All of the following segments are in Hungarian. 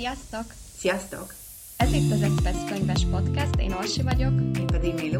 Sziasztok! Sziasztok! Ez itt az Express könyves podcast, én Orsi vagyok. Én pedig Milu.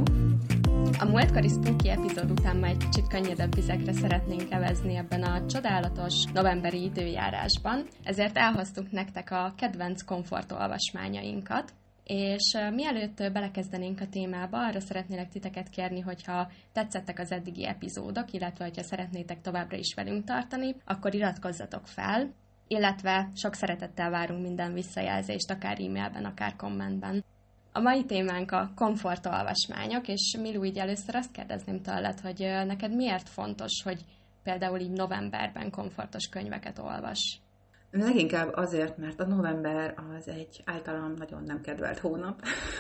A múltkori spooky epizód után már egy kicsit könnyedebb vizekre szeretnénk evezni ebben a csodálatos novemberi időjárásban, ezért elhoztuk nektek a kedvenc komfortolvasmányainkat. És mielőtt belekezdenénk a témába, arra szeretnélek titeket kérni, hogyha tetszettek az eddigi epizódok, illetve hogyha szeretnétek továbbra is velünk tartani, akkor iratkozzatok fel, illetve sok szeretettel várunk minden visszajelzést, akár e-mailben, akár kommentben. A mai témánk a komfortolvasmányok, és Milu, így először azt kérdezném tőled, hogy neked miért fontos, hogy például így novemberben komfortos könyveket olvas? Leginkább azért, mert a november az egy általam nagyon nem kedvelt hónap.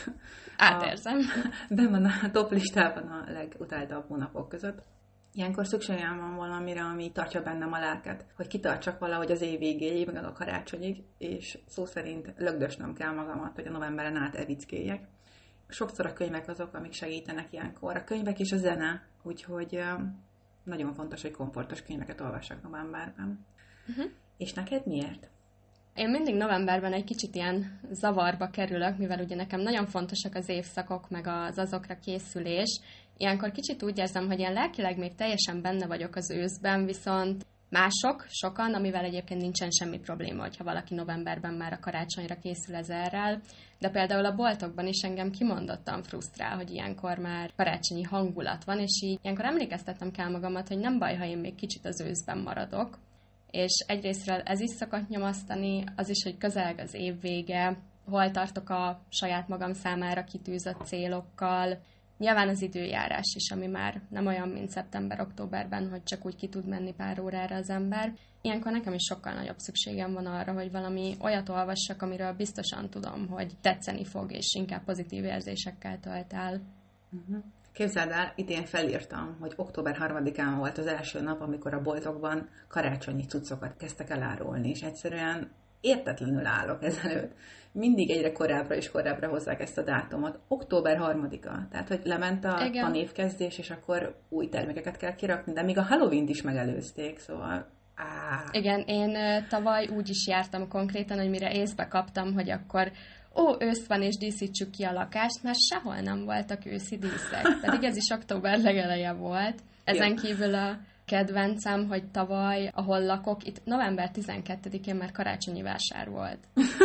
Átérzem. Ben van a top listában a legutáltabb hónapok között. Ilyenkor szükségem van valamire, ami tartja bennem a lelket, hogy kitartsak valahogy az év végéig, meg a karácsonyig, és szó szerint lögdösnöm kell magamat, hogy a novemberen át evickéljek. Sokszor a könyvek azok, amik segítenek ilyenkor. A könyvek és a zene, úgyhogy nagyon fontos, hogy komfortos könyveket olvassak novemberben. Uh-huh. És neked miért? Én mindig novemberben egy kicsit ilyen zavarba kerülök, mivel ugye nekem nagyon fontosak az évszakok, meg az azokra készülés. Ilyenkor kicsit úgy érzem, hogy én lelkileg még teljesen benne vagyok az őszben, viszont sokan, amivel egyébként nincsen semmi probléma, hogyha valaki novemberben már a karácsonyra készül ezerrel, de például a boltokban is engem kimondottan frusztrál, hogy ilyenkor már karácsonyi hangulat van, és így ilyenkor emlékeztetnem kell magamat, hogy nem baj, ha én még kicsit az őszben maradok. És egyrésztről ez is szokott nyomasztani, az is, hogy közeleg az év vége, hol tartok a saját magam számára kitűzött célokkal. Nyilván az időjárás is, ami már nem olyan, mint szeptember-októberben, hogy csak úgy ki tud menni pár órára az ember. Ilyenkor nekem is sokkal nagyobb szükségem van arra, hogy valami olyat olvassak, amiről biztosan tudom, hogy tetszeni fog, és inkább pozitív érzésekkel tölt el. Uh-huh. Képzeld el, idén felírtam, hogy október 3-án volt az első nap, amikor a boltokban karácsonyi cuccokat kezdtek el árulni, és egyszerűen értetlenül állok ezelőtt. Mindig egyre korábbra és korábbra hozzák ezt a dátumot. Október 3-a. Tehát, hogy lement a tanévkezdés, és akkor új termékeket kell kirakni, de még a Halloween-t is megelőzték, szóval... Igen, én tavaly úgy is jártam konkrétan, hogy mire észbe kaptam, hogy akkor ősz van, és díszítsük ki a lakást, mert sehol nem voltak őszi díszek. Pedig ez is október legeleje volt. Ezen kívül a kedvencem, hogy tavaly, ahol lakok, itt november 12-én már karácsonyi vásár volt.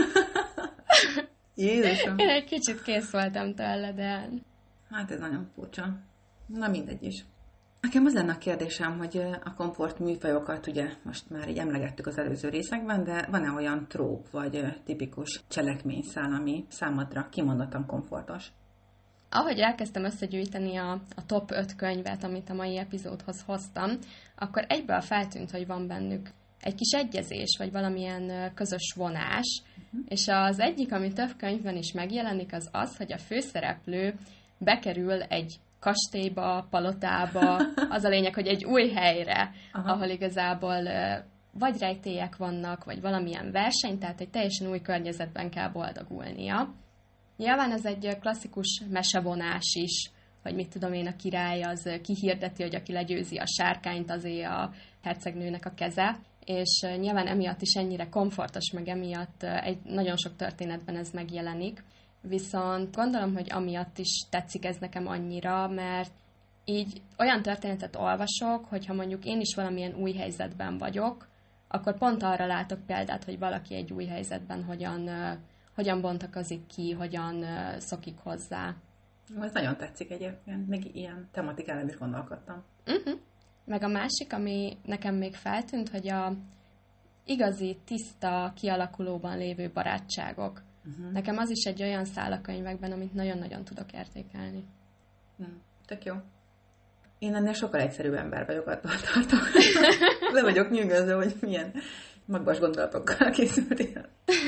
Jézusom! Én egy kicsit kész voltam tőle, de... Hát ez nagyon furcsa. Na mindegy is. Nekem az lenne a kérdésem, hogy a komfort műfajokat ugye most már így emlegettük az előző részekben, de van-e olyan tróp vagy tipikus cselekményszál, ami számodra kimondottan komfortos? Ahogy elkezdtem összegyűjteni a top 5 könyvet, amit a mai epizódhoz hoztam, akkor egyből feltűnt, hogy van bennük egy kis egyezés, vagy valamilyen közös vonás, és az egyik, ami több könyvben is megjelenik, az az, hogy a főszereplő bekerül egy kastélyba, palotába, az a lényeg, hogy egy új helyre, ahol igazából vagy rejtélyek vannak, vagy valamilyen verseny, tehát egy teljesen új környezetben kell boldogulnia. Nyilván ez egy klasszikus mesevonás is, hogy mit tudom én, a király az kihirdeti, hogy aki legyőzi a sárkányt, azé a hercegnőnek a keze, és nyilván emiatt is ennyire komfortos, meg emiatt egy nagyon sok történetben ez megjelenik. Viszont gondolom, hogy amiatt is tetszik ez nekem annyira, mert így olyan történetet olvasok, hogyha mondjuk én is valamilyen új helyzetben vagyok, akkor pont arra látok példát, hogy valaki egy új helyzetben hogyan bontakozik ki, hogyan szokik hozzá. Ez nagyon tetszik egyébként, még ilyen tematikán is gondolkodtam. Uh-huh. Meg a másik, ami nekem még feltűnt, hogy a igazi, tiszta, kialakulóban lévő barátságok. Uh-huh. Nekem az is egy olyan szál a könyvekben, amit nagyon-nagyon tudok értékelni. Tök jó. Én ennél sokkal egyszerűbb ember vagyok, attól tartok. Le vagyok nyűgöző, hogy milyen magas gondolatokkal készültél.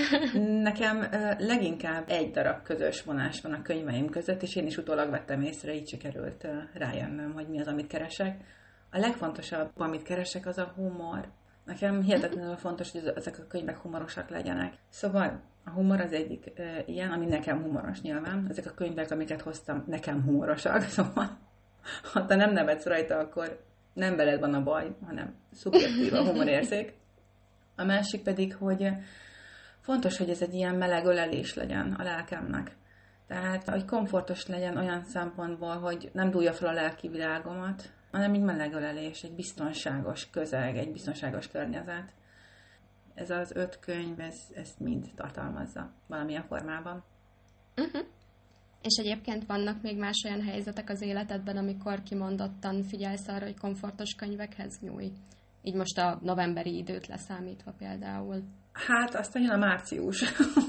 Nekem leginkább egy darab közös vonás van a könyveim között, és én is utólag vettem észre, így sikerült rájönnöm, hogy mi az, amit keresek. A legfontosabb, amit keresek, az a humor. Nekem hihetetlenül fontos, hogy ezek a könyvek humorosak legyenek. Szóval a humor az egyik ilyen, ami nekem humoros nyilván. Ezek a könyvek, amiket hoztam, nekem humorosak. Szóval, ha te nem nevetsz rajta, akkor nem veled van a baj, hanem szubjektív a humorérzék. A másik pedig, hogy fontos, hogy ez egy ilyen meleg ölelés legyen a lelkemnek. Tehát, hogy komfortos legyen olyan szempontból, hogy nem dúlja fel a lelki világomat, hanem egy meleg ölelés, egy biztonságos közeg, egy biztonságos környezet. Ez az 5 könyv, ezt mind tartalmazza valamilyen formában. Uh-huh. És egyébként vannak még más olyan helyzetek az életedben, amikor kimondottan figyelsz arra, hogy komfortos könyvekhez nyúlj? Így most a novemberi időt leszámítva például. Hát, aztán jön a március.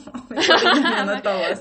A tavasz,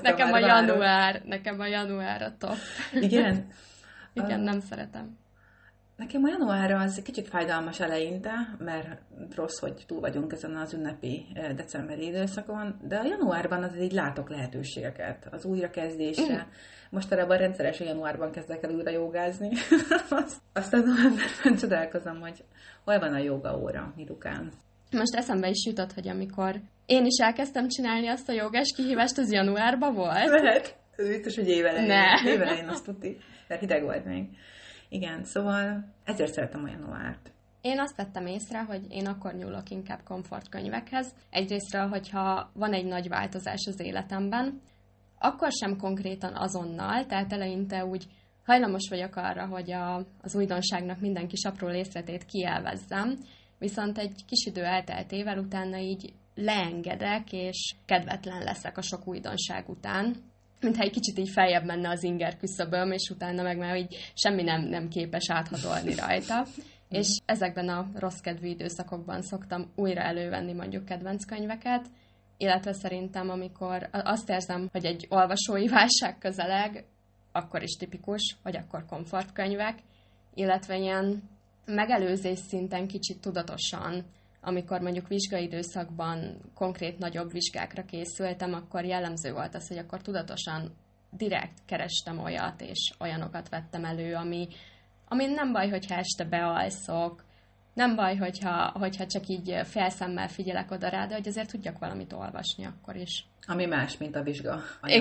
nekem a január a top. Igen? Igen, nem szeretem. Nekem a január az kicsit fájdalmas eleinte, mert rossz, hogy túl vagyunk ezen az ünnepi decemberi időszakon, de a januárban azért így látok lehetőségeket az újrakezdésre. Mostanában rendszeresen januárban kezdek el újra jogázni. Aztán novemberben csodálkozom, hogy hol van a joga óra, Midukán. Most eszembe is jutott, hogy amikor én is elkezdtem csinálni azt a jogás kihívást, az januárban volt. Lehet. Ez biztos, hogy évelején azt tudti, mert hideg volt még. Igen, szóval ezért szeretem a januárt. Én azt vettem észre, hogy én akkor nyúlok inkább komfortkönyvekhez. Egyrésztről, hogyha van egy nagy változás az életemben, akkor sem konkrétan azonnal, tehát eleinte úgy hajlamos vagyok arra, hogy az újdonságnak minden kis apró részletét kielvezzem, viszont egy kis idő elteltével utána így leengedek, és kedvetlen leszek a sok újdonság után, mintha egy kicsit így feljebb menne az inger küszöböm, és utána meg már így semmi nem képes áthatolni rajta. És ezekben a rossz kedvű időszakokban szoktam újra elővenni mondjuk kedvenc könyveket, illetve szerintem, amikor azt érzem, hogy egy olvasói válság közeleg, akkor is tipikus, hogy akkor komfortkönyvek, illetve ilyen megelőzés szinten kicsit tudatosan, amikor mondjuk vizsgai időszakban konkrét nagyobb vizsgákra készültem, akkor jellemző volt az, hogy akkor tudatosan direkt kerestem olyat, és olyanokat vettem elő, ami nem baj, hogyha este bealszok, nem baj, hogyha csak így félszemmel figyelek oda rá, de hogy azért tudjak valamit olvasni akkor is. Ami más, mint a vizsga.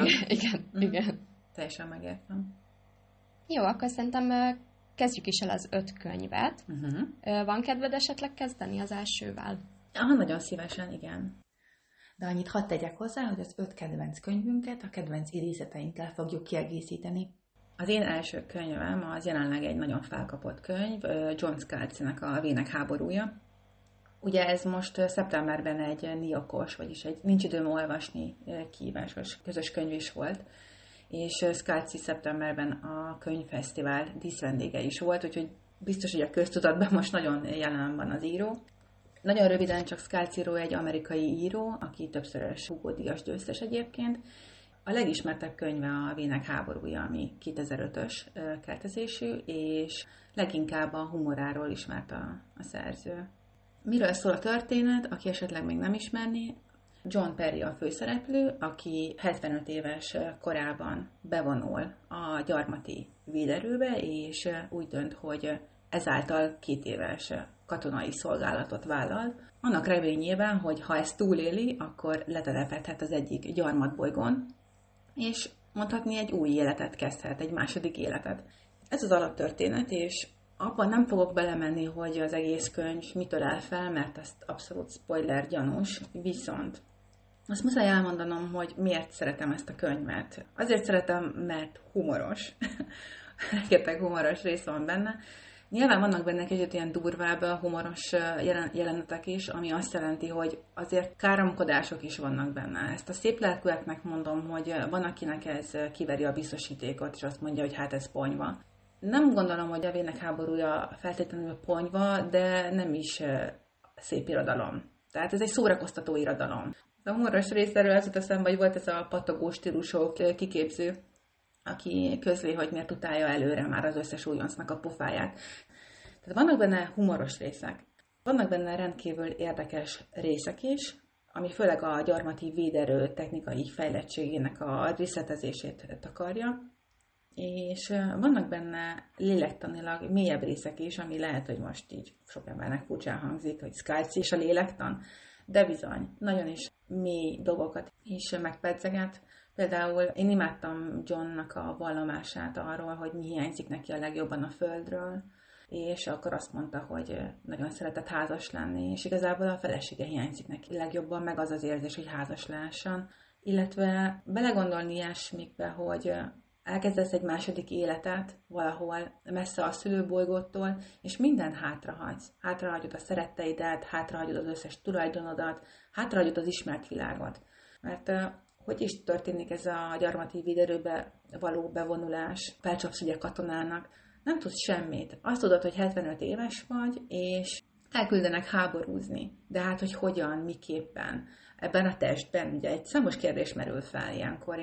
Igen. Teljesen megértem. Jó, akkor szerintem kezdjük is el az 5 könyvet. Van kedved esetleg kezdeni az elsővel? Nagyon szívesen, igen. De annyit hadd tegyek hozzá, hogy az 5 kedvenc könyvünket a kedvenc idézeteinkkel fogjuk kiegészíteni. Az én első könyvem az jelenleg egy nagyon felkapott könyv, John Scalzi-nek a Vének háborúja. Ugye ez most szeptemberben egy NIOKOS, vagyis egy Nincs időm olvasni kihívásos közös könyv is volt, és Scalzi szeptemberben a könyvfesztivál díszvendége is volt, úgyhogy biztos, hogy a köztudatban most nagyon jelen van az író. Nagyon röviden csak Scalzi egy amerikai író, aki többszörös Hugo-díjas győztes egyébként. A legismertebb könyve a Vének háborúja, ami 2005-ös keltezésű, és leginkább a humoráról ismert a szerző. Miről szól a történet, aki esetleg még nem ismerné? John Perry a főszereplő, aki 75 éves korában bevonul a gyarmati véderőbe, és úgy dönt, hogy ezáltal 2 éves katonai szolgálatot vállal. Annak reményében, hogy ha ezt túléli, akkor letelepedhet az egyik gyarmatbolygón, és mondhatni egy új életet kezdhet, egy második életet. Ez az alaptörténet, és abban nem fogok belemenni, hogy az egész könyv mitől áll fel, mert ezt abszolút spoiler gyanús, viszont azt muszáj elmondanom, hogy miért szeretem ezt a könyvet. Azért szeretem, mert humoros. Rengeteg humoros rész van benne. Nyilván vannak benne kicsit ilyen durvább humoros jelenetek is, ami azt jelenti, hogy azért káromkodások is vannak benne. Ezt a szép lelkűeknek mondom, hogy van, akinek ez kiveri a biztosítékot, és azt mondja, hogy hát ez ponyva. Nem gondolom, hogy a Vének háborúja feltétlenül ponyva, de nem is szép irodalom. Tehát ez egy szórakoztató irodalom. A humoros részéről az jut eszembe, hogy volt ez a patogó stílusok kiképző, aki közli, hogy miért utálja előre már az összes újoncnak a pofáját. Tehát vannak benne humoros részek. Vannak benne rendkívül érdekes részek is, ami főleg a gyarmati véderő technikai fejlettségének a részletezését takarja, és vannak benne lélektanilag mélyebb részek is, ami lehet, hogy most így sok embernek furcsán hangzik, hogy Scalzi és a lélektan, de bizony, nagyon is mély dolgokat is megpedzeget. Például én imádtam Johnnak a vallomását arról, hogy mi hiányzik neki a legjobban a földről, és akkor azt mondta, hogy nagyon szeretett házas lenni, és igazából a felesége hiányzik neki legjobban, meg az az érzés, hogy házas lássan. Illetve belegondolni ilyesmikbe, hogy elkezdesz egy második életet valahol messze a szülőbolygótól, és minden hátrahagysz. Hátrahagyod a szeretteidet, hátrahagyod az összes tulajdonodat, hátrahagyod az ismert világot. Mert hogy is történik ez a gyarmati videóbe való bevonulás, felcsapsz ugye katonának, nem tudsz semmit. Azt tudod, hogy 75 éves vagy, és elküldenek háborúzni. De hát, hogy hogyan, miképpen, ebben a testben, ugye egy számos kérdés merül fel ilyenkor,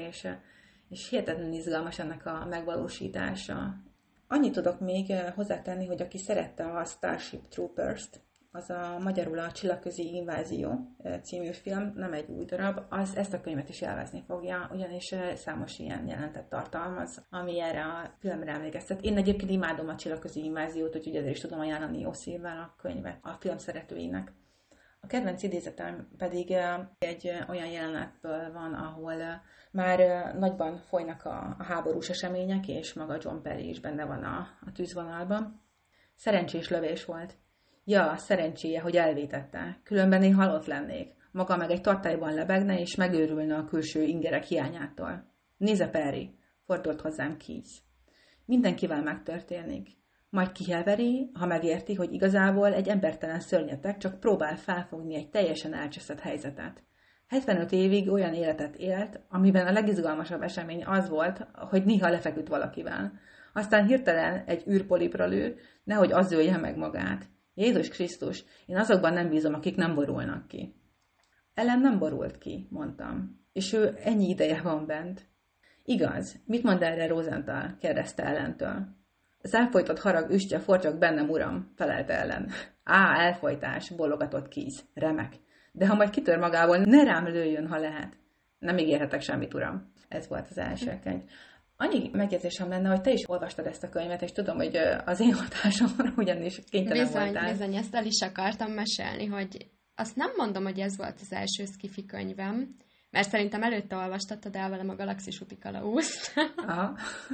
és hihetetlenül izgalmas ennek a megvalósítása. Annyit tudok még hozzátenni, hogy aki szerette a Starship Troopers-t, az a magyarul a Csillagközi Invázió című film, nem egy új darab, az ezt a könyvet is élvezni fogja, ugyanis számos ilyen jelentet tartalmaz, ami erre a filmre emlékeztet. Én egyébként imádom a Csillagközi Inváziót, úgyhogy ezért is tudom ajánlani jó szívvel a könyvet a film szeretőinek. A kedvenc idézetem pedig egy olyan jelenetből van, ahol már nagyban folynak a háborús események, és maga John Perry is benne van a tűzvonalban. Szerencsés lövés volt. Ja, szerencséje, hogy elvétette. Különben én halott lennék. Maga meg egy tartályban lebegne, és megőrülne a külső ingerek hiányától. Nézze, Perry, fordult hozzám Keith. Mindenkivel megtörténik. Majd kiheveri, ha megérti, hogy igazából egy embertelen szörnyeteg csak próbál felfogni egy teljesen elcseszett helyzetet. 75 évig olyan életet élt, amiben a legizgalmasabb esemény az volt, hogy néha lefeküdt valakivel. Aztán hirtelen egy űrpolipra lő, nehogy az ölje meg magát. Jézus Krisztus, én azokban nem bízom, akik nem borulnak ki. Ellen nem borult ki, mondtam, és ő ennyi ideje van bent. Igaz, mit mond erre Rosenthal? Kérdezte Ellentől. Az elfojtott harag üstje fortyog bennem, uram, felelte Ellen. Á, elfojtás, bólogatott Keith. Remek. De ha majd kitör magából, ne rám lőjön, ha lehet. Nem ígérhetek semmit, uram. Ez volt az első könyv. Annyi megjegyzésem lenne, hogy te is olvastad ezt a könyvet, és tudom, hogy az én hatásomra ugyanis kénytelen voltál. Bizony, ezt el is akartam mesélni, hogy azt nem mondom, hogy ez volt az első sci-fi könyvem, mert szerintem előtte olvastattad el velem a Galaxis úti kalauzt. Aha.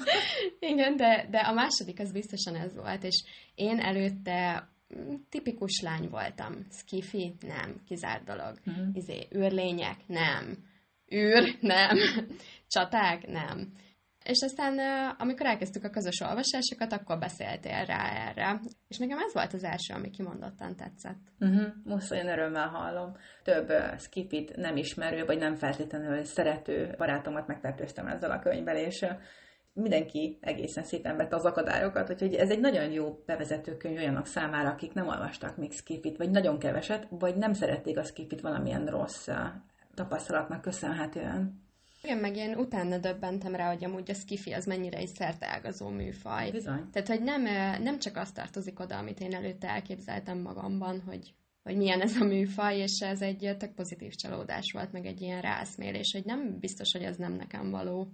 Igen, de a második az biztosan ez volt, és én előtte tipikus lány voltam. Sci-fi? Nem. Kizárt dolog. Űrlények? Nem. Űr? Nem. Csaták? Nem. És aztán, amikor elkezdtük a közös olvasásokat, akkor beszéltél rá erre. És nekem ez volt az első, ami kimondottan tetszett. Most olyan örömmel hallom. Több skifit nem ismerő, vagy nem feltétlenül szerető barátomat megfertőztem ezzel a könyvvel, és mindenki egészen szépen vette az akadályokat, úgyhogy ez egy nagyon jó bevezető könyv olyanok számára, akik nem olvastak még skifit, vagy nagyon keveset, vagy nem szerették a skifit valamilyen rossz tapasztalatnak köszönhetően. Igen, meg én utána döbbentem rá, hogy amúgy a sci-fi az mennyire egy szerteágazó műfaj. Bizony. Tehát, hogy nem csak azt tartozik oda, amit én előtte elképzeltem magamban, hogy milyen ez a műfaj, és ez egy tök pozitív csalódás volt, meg egy ilyen ráeszmélés, hogy nem biztos, hogy ez nem nekem való.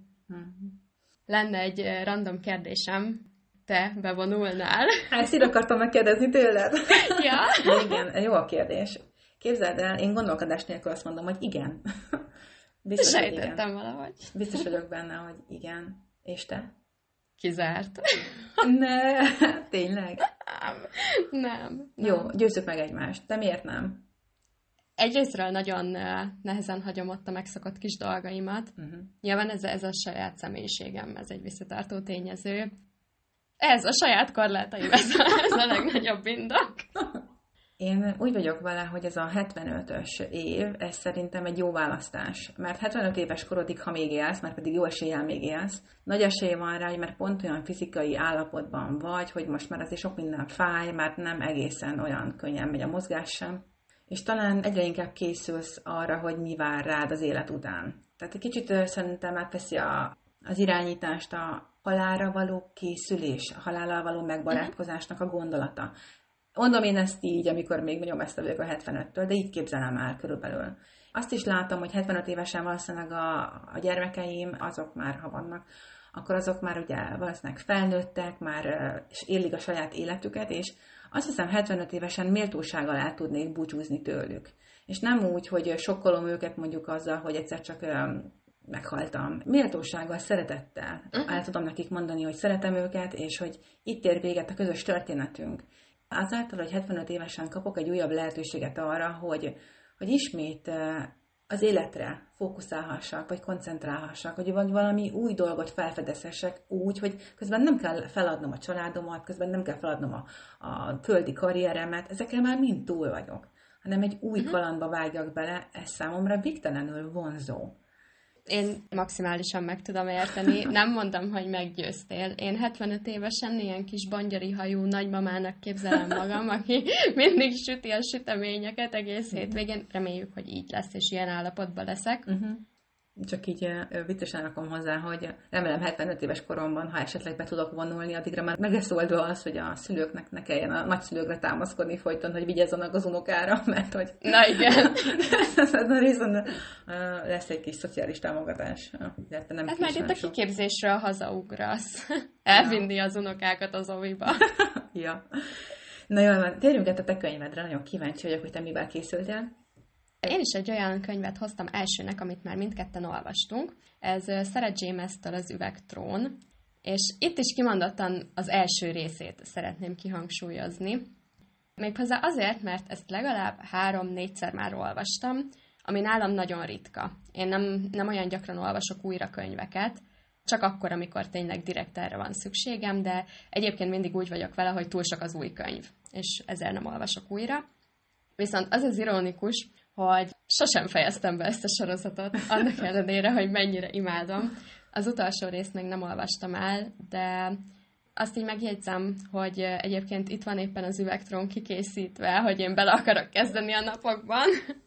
Lenne egy random kérdésem, te bevonulnál? Ezt így akartam megkérdezni tőled. Ja? Igen, jó a kérdés. Képzeld el, én gondolkodás nélkül azt mondom, hogy igen. Biztos, sejtettem valahogy. Biztos vagyok benne, hogy igen. És te? Kizárt. Ne, tényleg? Nem. Jó, győzzük meg egymást. De miért nem? Egyrésztről nagyon nehezen hagyom ott a megszokott kis dolgaimat. Nyilván ez a saját személyiségem, ez egy visszatartó tényező. Ez a saját korlátaim, ez a legnagyobb indok. Én úgy vagyok vele, hogy ez a 75-ös év, ez szerintem egy jó választás. Mert 75 éves korodig, ha még élsz, mert pedig jó eséllyel még élsz, nagy esély van rá, hogy mert pont olyan fizikai állapotban vagy, hogy most már azért sok minden fáj, mert nem egészen olyan könnyen megy a mozgás sem. És talán egyre inkább készülsz arra, hogy mi vár rád az élet után. Tehát egy kicsit szerintem átveszi az irányítást a halálra való készülés, a halállal való megbarátkozásnak a gondolata. Mondom én ezt így, amikor még nagyon messze vagyok a 75-től, de így képzelem el körülbelül. Azt is látom, hogy 75 évesen valószínűleg a gyermekeim, azok már, ha vannak, akkor azok már ugye valószínűleg felnőttek, már és élik a saját életüket, és azt hiszem 75 évesen méltósággal el tudnék búcsúzni tőlük. És nem úgy, hogy sokkolom őket mondjuk azzal, hogy egyszer csak meghaltam. Méltósággal, szeretettel el tudom nekik mondani, hogy szeretem őket, és hogy itt ér véget a közös történetünk. Azáltal, hogy 75 évesen kapok egy újabb lehetőséget arra, hogy ismét az életre fókuszálhassak, vagy koncentrálhassak, hogy valami új dolgot felfedezhessek úgy, hogy közben nem kell feladnom a családomat, közben nem kell feladnom a földi karrieremet, ezekkel már mind túl vagyok, hanem egy új kalandba vágjak bele, ez számomra végtelenül vonzó. Én maximálisan meg tudom érteni. Nem mondom, hogy meggyőztél. Én 75 évesen ilyen kis bangyari hajú nagymamának képzelem magam, aki mindig süti a süteményeket egész hétvégén. Reméljük, hogy így lesz, és ilyen állapotban leszek. Csak így viccesen rakom hozzá, hogy remélem 75 éves koromban, ha esetleg be tudok vonulni, addigra már meg lesz oldva az, hogy a szülőknek ne kelljen a nagyszülőkre támaszkodni folyton, hogy vigyázzanak az unokára, mert hogy... Na igen. Na részben lesz egy kis szociális támogatás. Tehát majd itt a kiképzésről hazaugrasz. Elvinni az unokákat az oviba. Ja. Na jól van, térjünk át a te könyvedre, nagyon kíváncsi vagyok, hogy te mivel készültél. Én is egy olyan könyvet hoztam elsőnek, amit már mindketten olvastunk. Ez Sarah James-től az Üvegtrón, és itt is kimondottan az első részét szeretném kihangsúlyozni. Méghozzá azért, mert ezt legalább 3-4-szer már olvastam, ami nálam nagyon ritka. Én nem olyan gyakran olvasok újra könyveket, csak akkor, amikor tényleg direkt erre van szükségem, de egyébként mindig úgy vagyok vele, hogy túl sok az új könyv, és ezért nem olvasok újra. Viszont az ironikus, hogy sosem fejeztem be ezt a sorozatot, annak ellenére, hogy mennyire imádom. Az utolsó részt még nem olvastam el, de azt így megjegyzem, hogy egyébként itt van éppen az Üvegtrón kikészítve, hogy én bele akarok kezdeni a napokban.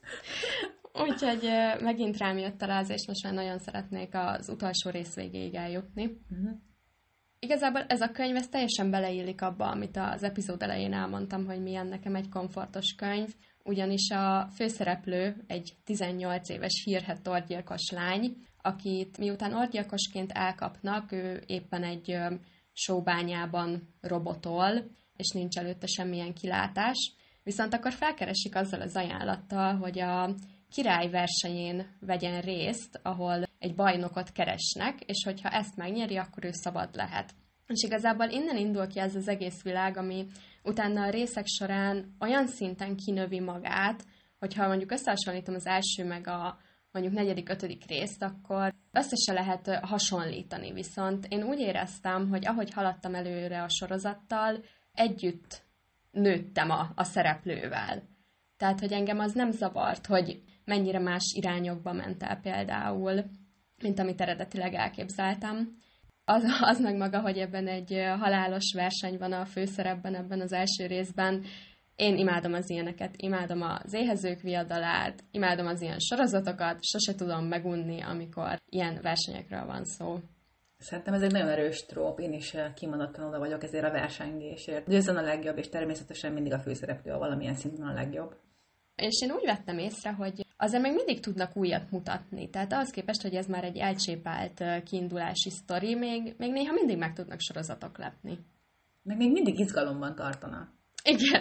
Úgyhogy megint rám jött a ráz, és most már nagyon szeretnék az utolsó rész végéig eljutni. Igazából ez a könyv ez teljesen beleillik abba, amit az epizód elején elmondtam, hogy milyen nekem egy komfortos könyv, ugyanis a főszereplő egy 18 éves hírhedt orgyilkos lány, akit miután orgyilkosként elkapnak, ő éppen egy sóbányában robotol, és nincs előtte semmilyen kilátás, viszont akkor felkeresik azzal az ajánlattal, hogy a király versenyén vegyen részt, ahol egy bajnokot keresnek, és hogyha ezt megnyeri, akkor ő szabad lehet. És igazából innen indul ki ez az egész világ, ami utána a részek során olyan szinten kinövi magát, hogyha mondjuk összehasonlítom az első meg a mondjuk 4.-5. részt, akkor össze se lehet hasonlítani. Viszont én úgy éreztem, hogy ahogy haladtam előre a sorozattal, együtt nőttem a szereplővel. Tehát, hogy engem az nem zavart, hogy mennyire más irányokba ment el például, mint amit eredetileg elképzeltem. Az meg maga, hogy ebben egy halálos verseny van a főszerepben, ebben az első részben. Én imádom az ilyeneket, imádom az éhezők viadalát, imádom az ilyen sorozatokat, sose tudom megunni, amikor ilyen versenyekről van szó. Szerintem ez egy nagyon erős tróp, én is kimondottan oda vagyok ezért a versengésért. Győzzön a legjobb, és természetesen mindig a főszereplő a valamilyen szinten a legjobb. És én úgy vettem észre, hogy azért még mindig tudnak újat mutatni. Tehát ahhoz képest, hogy ez már egy elcsépált kiindulási sztori, még néha mindig meg tudnak sorozatok lepni. Meg még mindig izgalomban tartanak. Igen.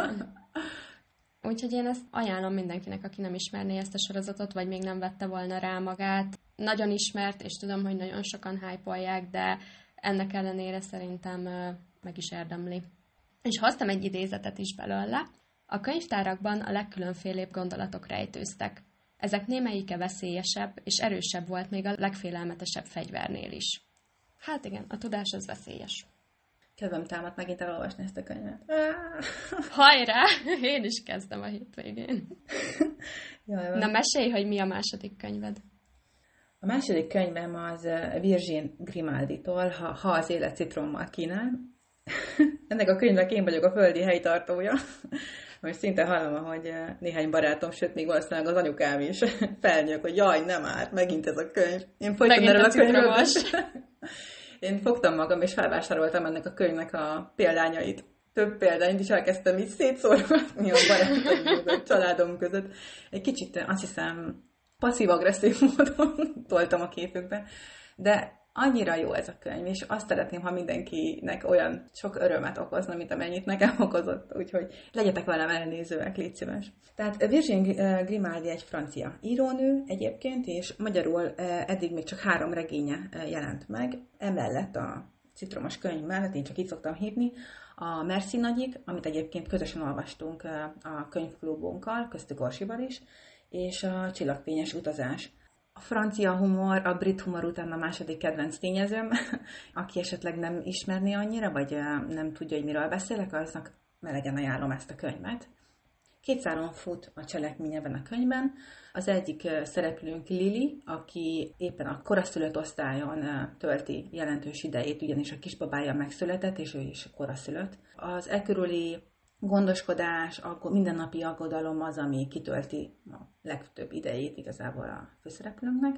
Úgyhogy én ezt ajánlom mindenkinek, aki nem ismerné ezt a sorozatot, vagy még nem vette volna rá magát. Nagyon ismert, és tudom, hogy nagyon sokan hype-olják, de ennek ellenére szerintem meg is érdemli. És hoztam egy idézetet is belőle. A könyvtárakban a legkülönfélébb gondolatok rejtőztek. Ezek némelyike veszélyesebb és erősebb volt még a legfélelmetesebb fegyvernél is. Hát igen, a tudás az veszélyes. Kedvem támadt megint elolvasni ezt a könyvet. Hajrá! Én is kezdem a hétvégén. Jaj, na mesélj, hogy mi a második könyved. A második könyvem az Virgin Grimaldi-tól, ha az élet citrommal kínál. Ennek a könyvnek én vagyok a földi helytartója. Most szinte hallom, hogy néhány barátom, sőt, még valószínűleg az anyukám is felnyök, hogy jaj, nem árt, megint ez a könyv. Én folyton erről a könyvről. Én fogtam magam, és felvásároltam ennek a könyvnek a példányait. Több példányt is elkezdtem így szétszórgatni a barátom, a családom között. Egy kicsit, azt hiszem, passzív-agresszív módon toltam a képükbe. De Annyira jó ez a könyv, és azt szeretném, ha mindenkinek olyan sok örömet okozna, mint amennyit nekem okozott, úgyhogy legyetek velem elnézőek, légy szíves. Tehát Virginie Grimaldi egy francia írónő egyébként, és magyarul eddig még csak 3 regénye jelent meg, emellett a citromos könyv mellett, én csak így szoktam hívni, a Merci Nagyik, amit egyébként közösen olvastunk a könyvklubunkkal, köztük Orsival is, és a Csillagfényes utazás. A francia humor, a brit humor után a második kedvenc tényezőm, aki esetleg nem ismerné annyira, vagy nem tudja, hogy miről beszélek, aznak melegen ajánlom ezt a könyvet. 2 szálon fut a cselekmény ebben a könyvben. Az egyik szereplőnk Lili, aki éppen a koraszülött osztályon tölti jelentős idejét, ugyanis a kisbabája megszületett, és ő is koraszülött. Az e körüli gondoskodás, mindennapi aggodalom az, ami kitölti a legtöbb idejét igazából a főszereplőnknek.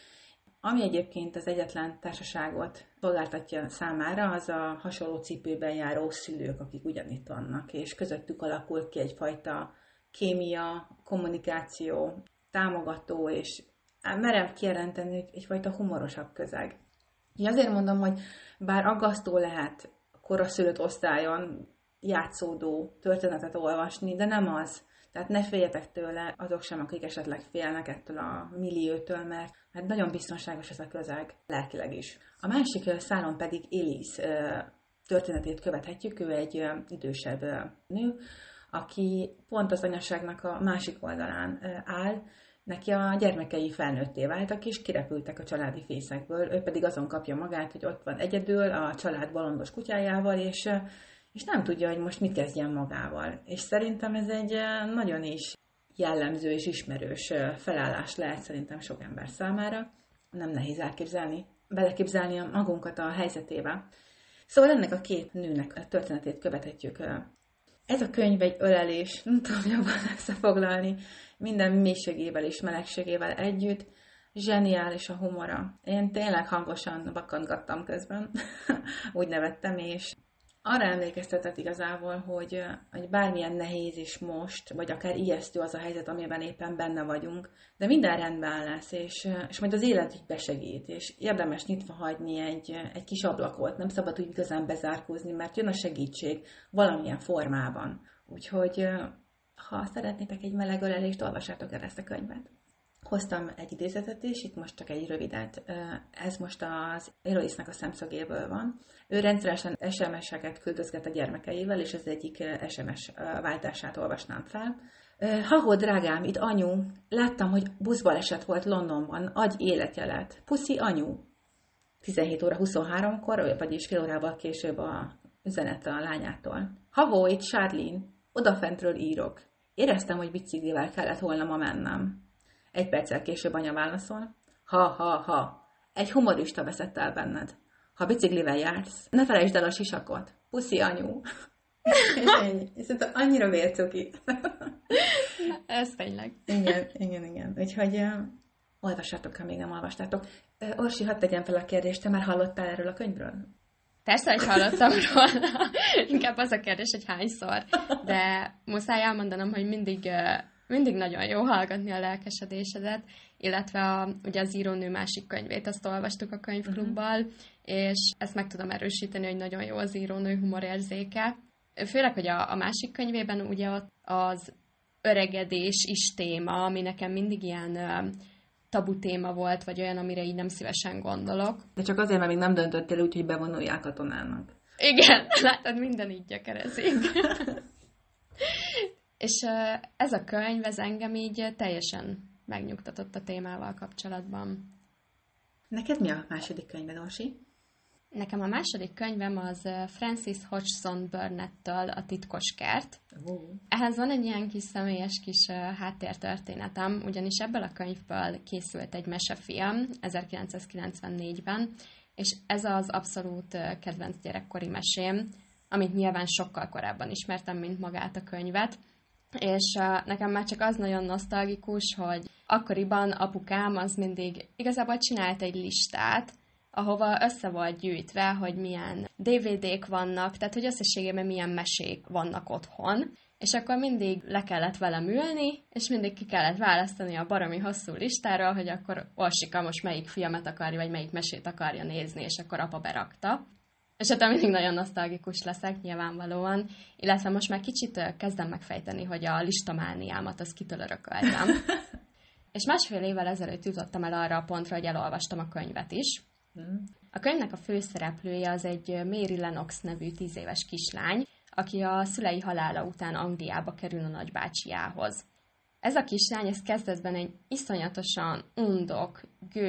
Ami egyébként az egyetlen társaságot szolgáltatja számára, az a hasonló cipőben járó szülők, akik ugyanitt vannak, és közöttük alakul ki egyfajta kémia, kommunikáció, támogató, és merem kijelenteni, egyfajta humorosabb közeg. Én azért mondom, hogy bár aggasztó lehet a koraszülött osztályon játszódó történetet olvasni, de nem az. Tehát ne féljetek tőle, azok sem, akik esetleg félnek ettől a milliótől, mert nagyon biztonságos ez a közeg, lelkileg is. A másik szálon pedig Elise történetét követhetjük, ő egy idősebb nő, aki pont az anyaságnak a másik oldalán áll, neki a gyermekei felnőtté váltak, és kirepültek a családi fészekből, ő pedig azon kapja magát, hogy ott van egyedül a család bolondos kutyájával, és nem tudja, hogy most mit kezdjen magával. És szerintem ez egy nagyon is jellemző és ismerős felállás lehet szerintem sok ember számára. Nem nehéz elképzelni, beleképzelni magunkat a helyzetébe. Szóval ennek a 2 nőnek a történetét követhetjük. Ez a könyv egy ölelés, nem tudom jobban összefoglalni, minden mélységével és melegségével együtt. Zseniális a humora. Én tényleg hangosan bakantgattam közben, úgy nevettem, és arra emlékeztetett igazából, hogy bármilyen nehéz is most, vagy akár ijesztő az a helyzet, amiben éppen benne vagyunk, de minden rendben lesz, és majd az élet így besegít, és érdemes nyitva hagyni egy kis ablakot, nem szabad úgy igazán bezárkózni, mert jön a segítség valamilyen formában. Úgyhogy ha szeretnétek egy meleg ölelést, olvassátok el ezt a könyvet. Hoztam egy idézetet is, itt most csak egy rövidet. Ez most az Eloise-nak a szemszögéből van. Ő rendszeresen SMS-eket küldözget a gyermekeivel, és az egyik SMS váltását olvasnám fel. Ha-hó, drágám, itt anyu. Láttam, hogy buszbaleset volt Londonban. Adj életjelet. Puszi, anyu. 17 óra 23-kor, vagyis fél órával később a üzenet a lányától. Ha-hó, itt Charlene. Odafentről írok. Éreztem, hogy biciklivel kellett volna ma mennem. 1 perccel később anya válaszol. Ha. Egy humorista veszett el benned. Ha biciklivel jársz, ne felejtsd el a sisakot. Puszi, anyu. És ennyi. És ez annyira vércuki. Ez tényleg. Igen. Úgyhogy olvassátok, ha még nem olvastátok. Orsi, hadd tegyem fel a kérdést, te már hallottál erről a könyvről? Persze, hogy hallottam róla. Inkább az a kérdés, hogy hányszor. De muszáj elmondanom, hogy mindig nagyon jó hallgatni a lelkesedésedet, illetve ugye az írónő másik könyvét, azt olvastuk a könyvklubbal, és ezt meg tudom erősíteni, hogy nagyon jó az írónő humorérzéke. Főleg, hogy a másik könyvében ugye az öregedés is téma, ami nekem mindig ilyen tabu téma volt, vagy olyan, amire így nem szívesen gondolok. De csak azért, mert még nem döntöttél úgy, hogy bevonulják katonának. Igen, látod, minden így gyökerezik. És ez a könyv, ez engem így teljesen megnyugtatott a témával kapcsolatban. Neked mi a második könyved, Orsi? Nekem a második könyvem az Francis Hodgson Burnett-től A titkos kert. Ehhez van egy ilyen kis személyes kis háttértörténetem, ugyanis ebből a könyvből készült egy mesefilm 1994-ben, és ez az abszolút kedvenc gyerekkori mesém, amit nyilván sokkal korábban ismertem, mint magát a könyvet. És nekem már csak az nagyon nosztalgikus, hogy akkoriban apukám az mindig igazából csinált egy listát, ahova össze volt gyűjtve, hogy milyen DVD-k vannak, tehát hogy összességében milyen mesék vannak otthon, és akkor mindig le kellett velem ülni, és mindig ki kellett választani a baromi hosszú listára, hogy akkor Orsika most melyik filmet akarja, vagy melyik mesét akarja nézni, és akkor apa berakta. És hát mindig nagyon nosztalgikus leszek nyilvánvalóan, illetve most már kicsit kezdem megfejteni, hogy a listamániámat azt kitől örököltem. És 1,5 évvel ezelőtt jutottam el arra a pontra, hogy elolvastam a könyvet is. A könyvnek a főszereplője az egy Mary Lennox nevű 10 éves kislány, aki a szülei halála után Angliába kerül a nagybácsiához. Ez a kislány, ez kezdetben egy iszonyatosan undok,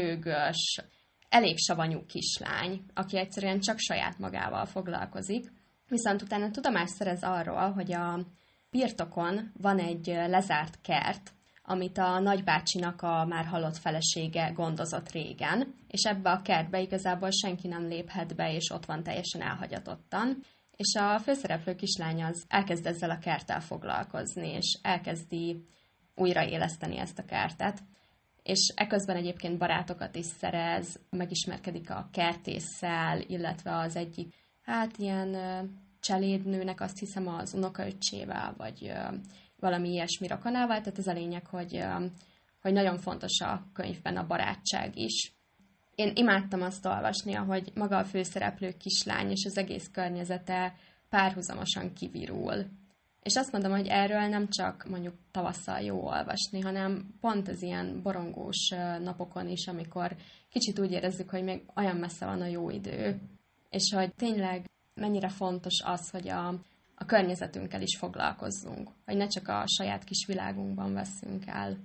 gőgös, elég savanyú kislány, aki egyszerűen csak saját magával foglalkozik, viszont utána tudomást szerez arról, hogy a birtokon van egy lezárt kert, amit a nagybácsinak a már halott felesége gondozott régen, és ebbe a kertbe igazából senki nem léphet be, és ott van teljesen elhagyatottan, és a főszereplő kislány az elkezd ezzel a kerttel foglalkozni, és elkezdi újraéleszteni ezt a kertet. És eközben egyébként barátokat is szerez, megismerkedik a kertésszel, illetve az egyik, ilyen cselédnőnek, azt hiszem az unokaöccsével, vagy valami ilyesmi rokonával, tehát ez a lényeg, hogy nagyon fontos a könyvben a barátság is. Én imádtam azt olvasni, ahogy maga a főszereplő kislány és az egész környezete párhuzamosan kivirul. És azt mondom, hogy erről nem csak mondjuk tavasszal jó olvasni, hanem pont az ilyen borongós napokon is, amikor kicsit úgy érezzük, hogy még olyan messze van a jó idő, és hogy tényleg mennyire fontos az, hogy a környezetünkkel is foglalkozzunk, hogy ne csak a saját kis világunkban veszünk el.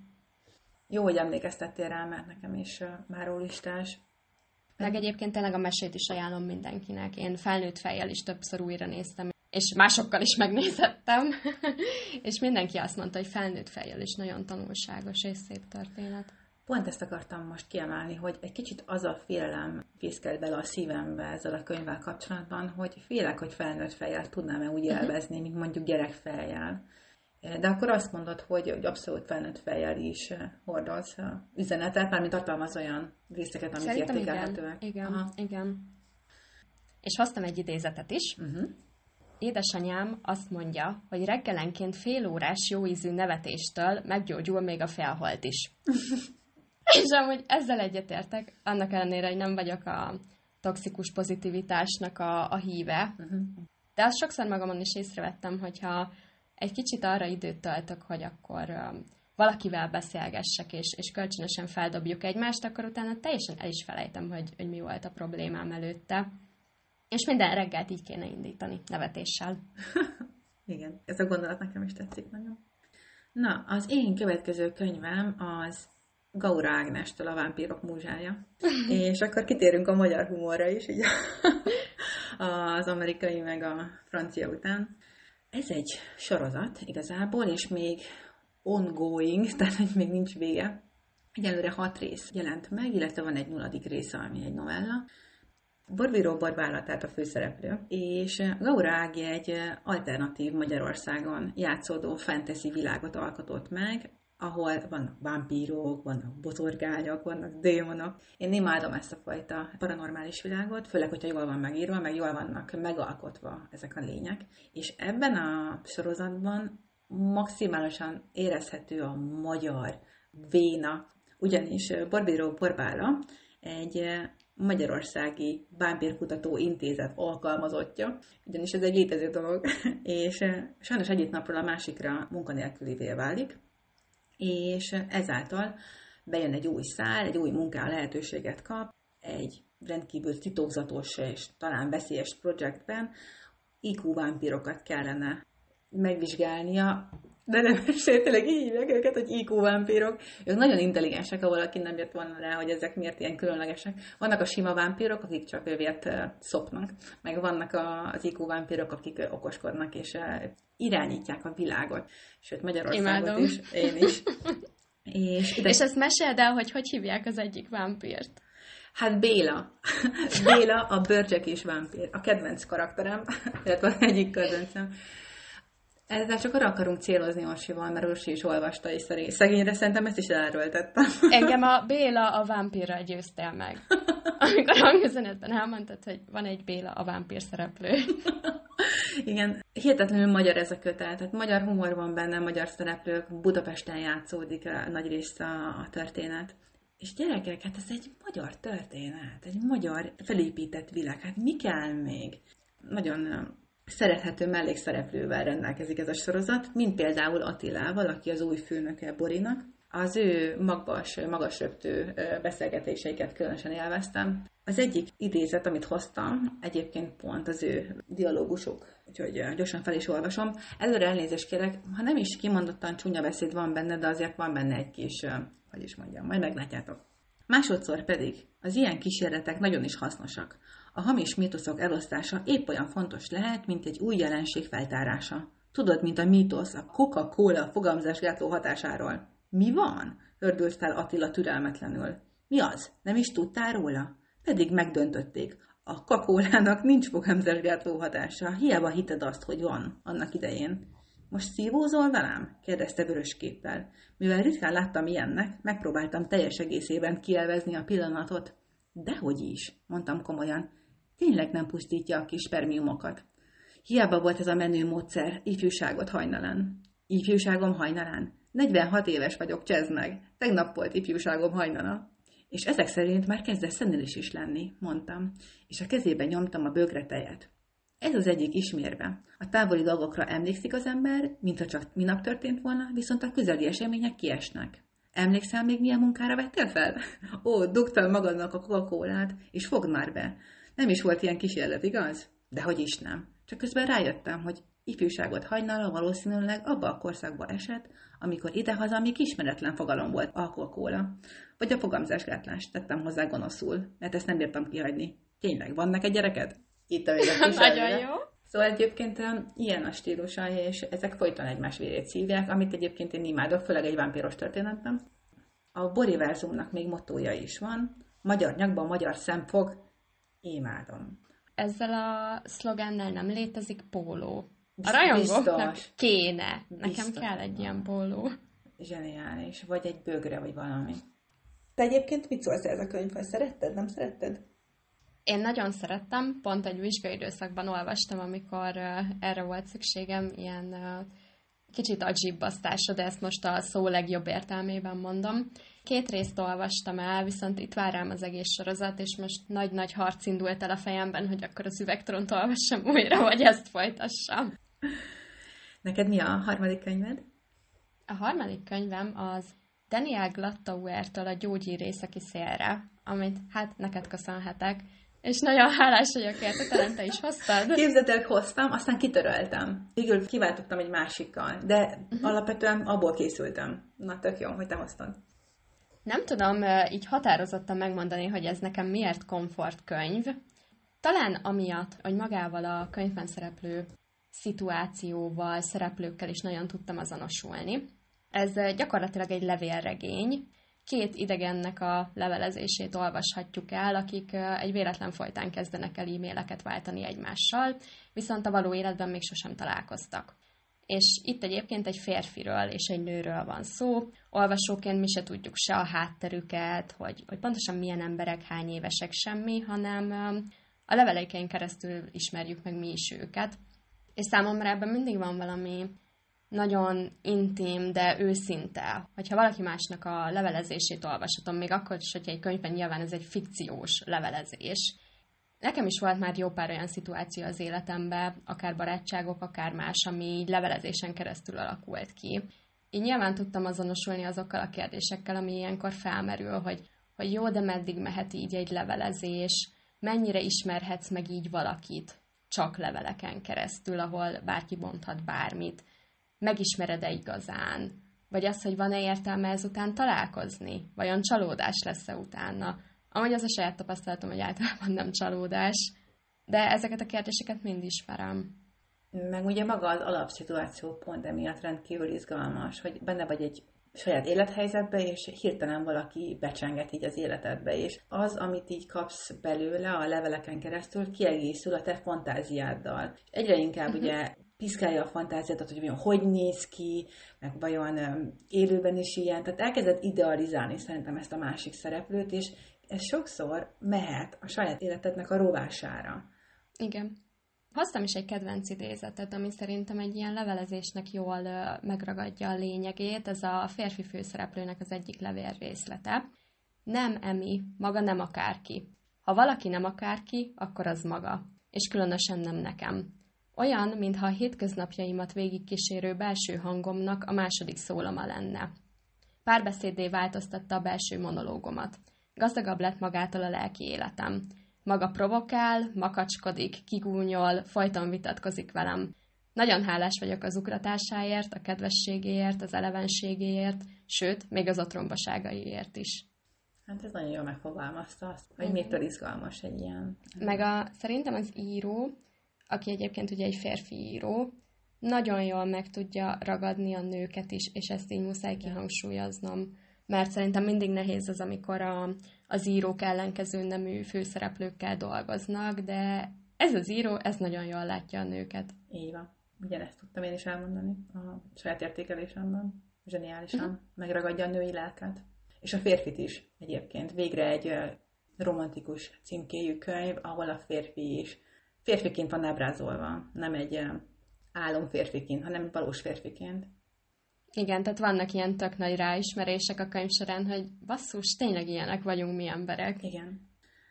Jó, hogy emlékeztettél rá, mert nekem is márólistás. Meg egyébként tényleg a mesét is ajánlom mindenkinek. Én felnőtt fejjel is többször újra néztem, és másokkal is megnézettem, és mindenki azt mondta, hogy felnőtt fejjel is nagyon tanulságos és szép történet. Pont ezt akartam most kiemelni, hogy egy kicsit az a félelem fészkel bele a szívembe ezzel a könyvvel kapcsolatban, hogy félek, hogy felnőtt fejjel tudnám-e úgy élvezni, mint mondjuk gyerekfejjel. De akkor azt mondod, hogy abszolút felnőtt fejjel is hordoz üzenetet, mármint tartalmaz olyan részeket, amik Szerintem értékelhetőek. Igen. És hoztam egy idézetet is. Édesanyám azt mondja, hogy reggelenként fél órás jóízű nevetéstől meggyógyul még a felholt is. És amúgy ezzel egyetértek, annak ellenére, hogy nem vagyok a toxikus pozitivitásnak a híve, de azt sokszor magamon is észrevettem, hogyha egy kicsit arra időt töltök, hogy akkor valakivel beszélgessek, és kölcsönösen feldobjuk egymást, akkor utána teljesen el is felejtem, hogy mi volt a problémám előtte. És minden reggelt így kéne indítani, nevetéssel. Igen, ez a gondolat nekem is tetszik nagyon. Na, az én következő könyvem az Gaura Ágnestől, a Vámpírok múzsája. És akkor kitérünk a magyar humorra is, így az amerikai meg a francia után. Ez egy sorozat igazából, és még ongoing, tehát hogy még nincs vége. Egyelőre 6 rész jelent meg, illetve van egy 0. része, ami egy novella. Borbíró Borbála, tehát a főszereplő, és Gaura Ági egy alternatív Magyarországon játszódó fantasy világot alkotott meg, ahol vannak vámpírok, vannak botorgányok, vannak démonok. Én imádom ezt a fajta paranormális világot, főleg, hogyha jól van megírva, meg jól vannak megalkotva ezek a lények. És ebben a sorozatban maximálisan érezhető a magyar véna, ugyanis Borbíró Borbála egy Magyarországi Vámpírkutató Intézet alkalmazottja, ugyanis ez egy létező dolog, és sajnos egyik napról a másikra munkanélkülivé válik, és ezáltal bejön egy új szál, egy új munká lehetőséget kap, egy rendkívül titokzatos és talán veszélyes projektben IQ vámpírokat kellene megvizsgálnia, de nem tényleg így hívják őket, hogy IQ vámpírok. Ők nagyon intelligensek, ha valaki nem jött volna rá, hogy ezek miért ilyen különlegesek. Vannak a sima vámpírok, akik csak vért szopnak, meg vannak az IQ vámpírok, akik okoskodnak és irányítják a világot. Sőt, Magyarországot Imádom. is, én is. És ezt meséld el, hogy hívják az egyik vámpírt. Hát Béla. Béla a bőrcsekés vámpír. A kedvenc karakterem, illetve egyik kedvencem. Ezzel csak arra akarunk célozni Orsival, mert Orsi is olvasta, és szegényre szerintem ezt is elröltettem. Engem a Béla a vámpírral győztél meg. Amikor hangüzenetben elmondtad, hogy van egy Béla a vámpír szereplő. Igen, hihetetlenül magyar ez a kötet, tehát magyar humor van benne, magyar szereplők, Budapesten játszódik a nagy része a történet. És gyerekek, hát ez egy magyar történet, egy magyar felépített világ, hát mi kell még? Nagyon szerethető mellékszereplővel rendelkezik ez a sorozat, mint például Attilával, aki az új főnöke Borinak. Az ő magas röptő beszélgetéseiket különösen élveztem. Az egyik idézet, amit hoztam, egyébként pont az ő dialógusok, úgyhogy gyorsan fel is olvasom. Előre elnézést kérek, ha nem is kimondottan csúnya beszéd van benne, de azért van benne egy kis, hogy is mondjam, majd meglátjátok. Másodszor pedig az ilyen kísérletek nagyon is hasznosak. A hamis mítoszok elosztása épp olyan fontos lehet, mint egy új jelenség feltárása. Tudod, mint a mítosz a Coca-Cola fogamzásgátló hatásáról. Mi van? Hördült fel Attila türelmetlenül. Mi az? Nem is tudtál róla? Pedig megdöntötték. A Coca-Colának nincs fogamzásgátló hatása. Hiába hitted azt, hogy van annak idején. Most szívózol velem? Kérdezte vörös képpel. Mivel ritkán láttam ilyennek, megpróbáltam teljes egészében kielvezni a pillanatot. Dehogy is, mondtam komolyan. Tényleg nem pusztítja a kis spermiumokat. Hiába volt ez a menő módszer, ifjúságot hajnalán. Ifjúságom hajnalán? 46 éves vagyok, csezd meg. Tegnap volt ifjúságom hajnala. És ezek szerint már kezd szenelis is lenni, mondtam, és a kezébe nyomtam a bögre tejet. Ez az egyik ismérve. A távoli dolgokra emlékszik az ember, mintha csak minap történt volna, viszont a közeli események kiesnek. Emlékszel még, milyen munkára vettél fel? Ó, dugtál magadnak a Coca-Colát, és fogd már be. Nem is volt ilyen kísérlet, igaz? Dehogy is nem. Csak közben rájöttem, hogy ifjúságot hajnalra valószínűleg abba a korszakba esett, amikor idehaza még ismeretlen fogalom volt a Coca-Cola. Vagy a fogamzásgátlás, tettem hozzá gonoszul, mert ezt nem bírtam kihagyni. Tényleg, van neked gyereked? Itt a véget Nagyon jó. Szóval egyébként ilyen a stílusa, és ezek folyton egymás vérét szívják, amit egyébként én imádok, főleg egy vámpíros történetben. A Boriverzumnak még mottója is van. Magyar nyakban, magyar szemfog. Imádom. Ezzel a szlogennel nem létezik póló. A rajongóknak kéne. Nekem kell egy ilyen póló. Zseniális. Vagy egy bögre, vagy valami. Te egyébként mit szólsz ez a könyvhez? Szeretted? Nem szeretted? Én nagyon szerettem. Pont egy vizsgai időszakban olvastam, amikor erre volt szükségem, ilyen kicsit agyibbasztásra, de ezt most a szó legjobb értelmében mondom. 2 részt olvastam el, viszont itt vár rám az egész sorozat, és most nagy-nagy harc indult el a fejemben, hogy akkor az Üvegtoront olvassam újra, vagy ezt folytassam. Neked mi a harmadik könyved? A harmadik könyvem az Daniel Glattauer-től A gyógyír északi szélre, amit hát neked köszönhetek, és nagyon hálás vagyok érte, talán te is hoztad. Képzeljétek, hoztam, aztán kitöröltem. Végül kiváltottam egy másikkal, de alapvetően abból készültem. Na, tök jó, hogy te hoztad. Nem tudom így határozottan megmondani, hogy ez nekem miért komfortkönyv. Talán amiatt, hogy magával a könyvben szereplő szituációval, szereplőkkel is nagyon tudtam azonosulni. Ez gyakorlatilag egy levélregény. 2 idegennek a levelezését olvashatjuk el, akik egy véletlen folytán kezdenek el e-maileket váltani egymással, viszont a való életben még sosem találkoztak. És itt egyébként egy férfiről és egy nőről van szó. Olvasóként mi se tudjuk se a hátterüket, hogy pontosan milyen emberek, hány évesek, semmi, hanem a leveleiken keresztül ismerjük meg mi is őket. És számomra ebben mindig van valami nagyon intim, de őszinte. Hogyha valaki másnak a levelezését olvashatom, még akkor is, hogyha egy könyvben nyilván ez egy fikciós levelezés. Nekem is volt már jó pár olyan szituáció az életemben, akár barátságok, akár más, ami így levelezésen keresztül alakult ki. Így nyilván tudtam azonosulni azokkal a kérdésekkel, ami ilyenkor felmerül, hogy jó, de meddig mehet így egy levelezés, mennyire ismerhetsz meg így valakit csak leveleken keresztül, ahol bárki mondhat bármit. Megismered-e igazán? Vagy az, hogy van-e értelme ezután találkozni? Vajon csalódás lesz-e utána? Amúgy az a saját tapasztalatom, hogy általában nem csalódás, de ezeket a kérdéseket mind ismerem. Meg ugye maga az alapszituáció pont emiatt rendkívül izgalmas, hogy benne vagy egy saját élethelyzetbe, és hirtelen valaki becsenget így az életedbe, és az, amit így kapsz belőle a leveleken keresztül, kiegészül a te fantáziáddal. Egyre inkább ugye piszkálja a fantáziádat, hogy vajon hogy néz ki, meg vajon élőben is ilyen, tehát elkezded idealizálni szerintem ezt a másik szereplőt, és ez sokszor mehet a saját életednek a rovására. Igen. Hoztam is egy kedvenc idézetet, ami szerintem egy ilyen levelezésnek jól megragadja a lényegét. Ez a férfi főszereplőnek az egyik levél részlete. Nem Emi, maga nem akárki. Ha valaki nem akárki, akkor az maga. És különösen nem nekem. Olyan, mintha a hétköznapjaimat végigkísérő belső hangomnak a második szólama lenne. Párbeszéddé változtatta a belső monológomat. Gazdagabb lett magától a lelki életem. Maga provokál, makacskodik, kigúnyol, folyton vitatkozik velem. Nagyon hálás vagyok az ugratásáért, a kedvességéért, az elevenségéért, sőt, még az otrombaságaiért is. Hát ez nagyon jól megfogalmazta azt, hogy mitől izgalmas egy ilyen. Meg szerintem az író, aki egyébként ugye egy férfi író, nagyon jól meg tudja ragadni a nőket is, és ezt így muszáj kihangsúlyoznom. Mert szerintem mindig nehéz az, amikor az írók ellenkező nemű főszereplőkkel dolgoznak, de ez az író, ez nagyon jól látja a nőket. Így van. Ugyanezt tudtam én is elmondani a saját értékelésemben. Zseniálisan megragadja a női lelket. És a férfit is egyébként. Végre egy romantikus címkéjű könyv, ahol a férfi is férfiként van ábrázolva. Nem egy álomférfiként, hanem valós férfiként. Igen, tehát vannak ilyen tök nagy ráismerések a könyv során, hogy basszus, tényleg ilyenek vagyunk mi emberek. Igen.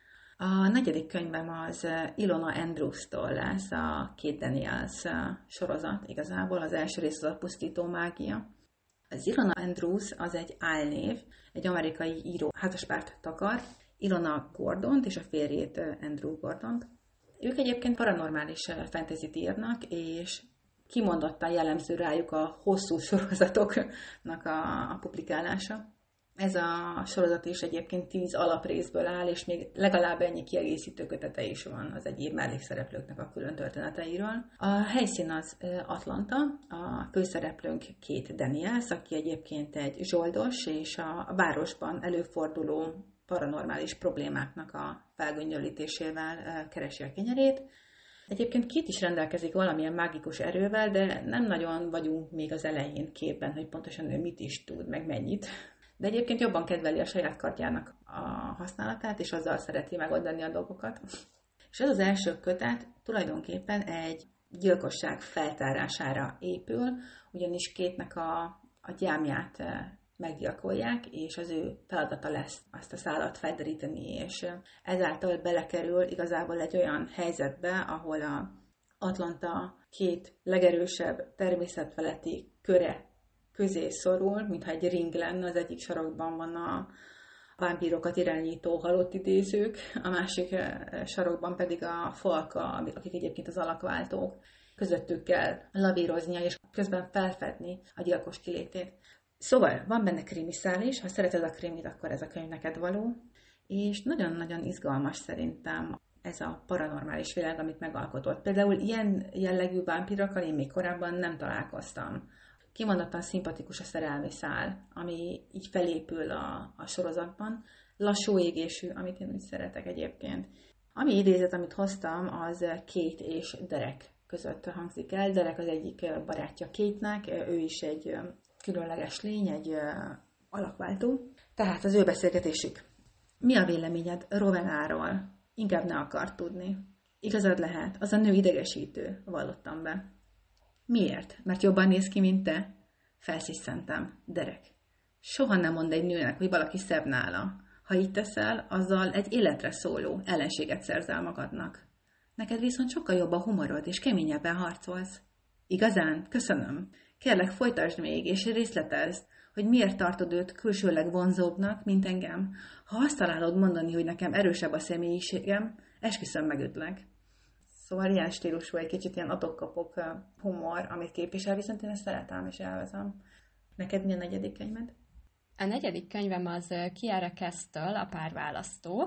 A negyedik könyvem az Ilona Andrews-tól lesz, a Kate Daniels sorozat igazából. Az első rész az a Pusztító mágia. Az Ilona Andrews az egy álnév, egy amerikai író házaspárt takar, Ilona Gordont és a férjét Andrew Gordont. Ők egyébként paranormális fantasyt írnak, és kimondottan jellemző rájuk a hosszú sorozatoknak a publikálása. Ez a sorozat is egyébként 10 alaprészből áll, és még legalább ennyi kiegészítő kötete is van az egyéb mellékszereplőknek a külön történeteiről. A helyszín az Atlanta, a főszereplőnk Kate Daniels, aki egyébként egy zsoldos, és a városban előforduló paranormális problémáknak a felgöngyölítésével keresi a kenyerét. Egyébként Kate is rendelkezik valamilyen mágikus erővel, de nem nagyon vagyunk még az elején képben, hogy pontosan ő mit is tud, meg mennyit. De egyébként jobban kedveli a saját kardjának a használatát, és azzal szereti megoldani a dolgokat. És ez az első kötet tulajdonképpen egy gyilkosság feltárására épül, ugyanis Kate-nek a gyámját meggyilkolják, és az ő feladata lesz azt a szálat felderíteni, és ezáltal belekerül igazából egy olyan helyzetbe, ahol a Atlanta két legerősebb természetfeletti köre közé szorul, mintha egy ring lenne, az egyik sarokban van a vámpírokat irányító halott idézők, a másik sarokban pedig a falka, akik egyébként az alakváltók, közöttük kell lavíroznia, és közben felfedni a gyilkos kilétét. Szóval van benne krimiszál is, ha szereted a krimit, akkor ez a könyv neked való, és nagyon-nagyon izgalmas szerintem ez a paranormális világ, amit megalkotott. Például ilyen jellegű vámpírokkal én még korábban nem találkoztam. Kimondottan szimpatikus a szerelmi szál, ami így felépül a sorozatban. Lassú égésű, amit én úgy szeretek egyébként. Ami idézet, amit hoztam, az Kate és Derek között hangzik el. Derek az egyik barátja Kate-nek, ő is egy különleges lény, egy alakváltó. Tehát az ő beszélgetésük. Mi a véleményed Rowenáról? Inkább ne akart tudni. Igazad lehet, az a nő idegesítő, vallottam be. Miért? Mert jobban néz ki, mint te? Felszisszentem. Derek. Soha nem mondd egy nőnek, hogy valaki szebb nála. Ha így teszel, azzal egy életre szóló ellenséget szerzel magadnak. Neked viszont sokkal jobb a humorod, és keményebben harcolsz. Igazán? Köszönöm. Kérlek, folytasd még, és részletezd, hogy miért tartod őt külsőleg vonzóbbnak, mint engem. Ha azt találod mondani, hogy nekem erősebb a személyiségem, esküszöm megütlek. Szóval ilyen stílusú, egy kicsit ilyen adok-kapok humor, amit képvisel, viszont én ezt szeretem és élvezem. Neked mi a negyedik könyved? A negyedik könyvem az Kiara Cass-től, a Párválasztó.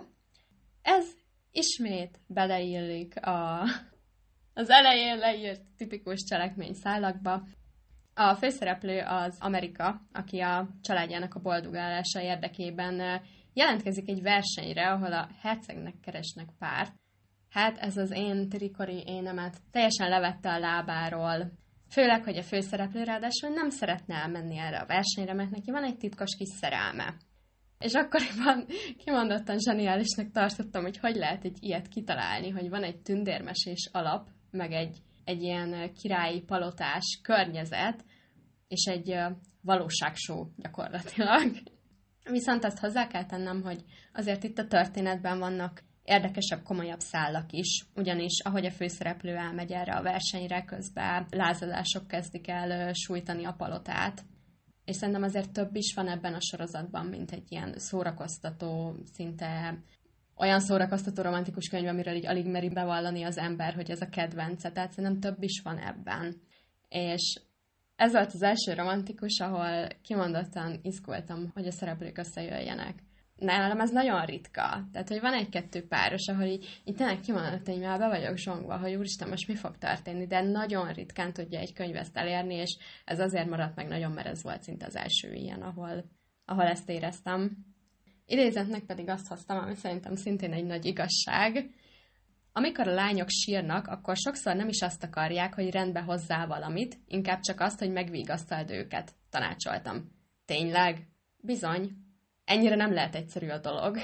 Ez ismét beleillik az elején leírt tipikus cselekményszálakba. A főszereplő az Amerika, aki a családjának a boldogulása érdekében jelentkezik egy versenyre, ahol a hercegnek keresnek párt. Hát ez az én trikori énemet teljesen levette a lábáról. Főleg, hogy a főszereplő ráadásul nem szeretne elmenni erre a versenyre, mert neki van egy titkos kis szerelme. És akkoriban kimondottan zseniálisnak tartottam, hogy lehet egy ilyet kitalálni, hogy van egy tündérmesés alap, meg egy ilyen királyi palotás környezet, és egy valóságshow gyakorlatilag. Viszont azt hozzá kell tennem, hogy azért itt a történetben vannak érdekesebb, komolyabb szálak is, ugyanis ahogy a főszereplő elmegy erre a versenyre, közben lázadások kezdik el sújtani a palotát. És szerintem azért több is van ebben a sorozatban, mint egy ilyen szórakoztató, szinte olyan szórakoztató romantikus könyv, amiről így alig meri bevallani az ember, hogy ez a kedvence. Tehát szerintem több is van ebben. És ez volt az első romantikus, ahol kimondottan izgultam, hogy a szereplők összejöjjenek. Nálam ez nagyon ritka. Tehát, hogy van egy-kettő páros, ahol így tényleg kimondottan, hogy már be vagyok zsongva, hogy úristen, most mi fog történni, de nagyon ritkán tudja egy könyv ezt elérni, és ez azért maradt meg nagyon, mert ez volt szinte az első ilyen, ahol ezt éreztem. Idézetnek pedig azt hoztam, ami szerintem szintén egy nagy igazság. Amikor a lányok sírnak, akkor sokszor nem is azt akarják, hogy rendbe hozzá valamit, inkább csak azt, hogy megvigasztald őket. Tanácsoltam. Tényleg? Bizony. Ennyire nem lehet egyszerű a dolog.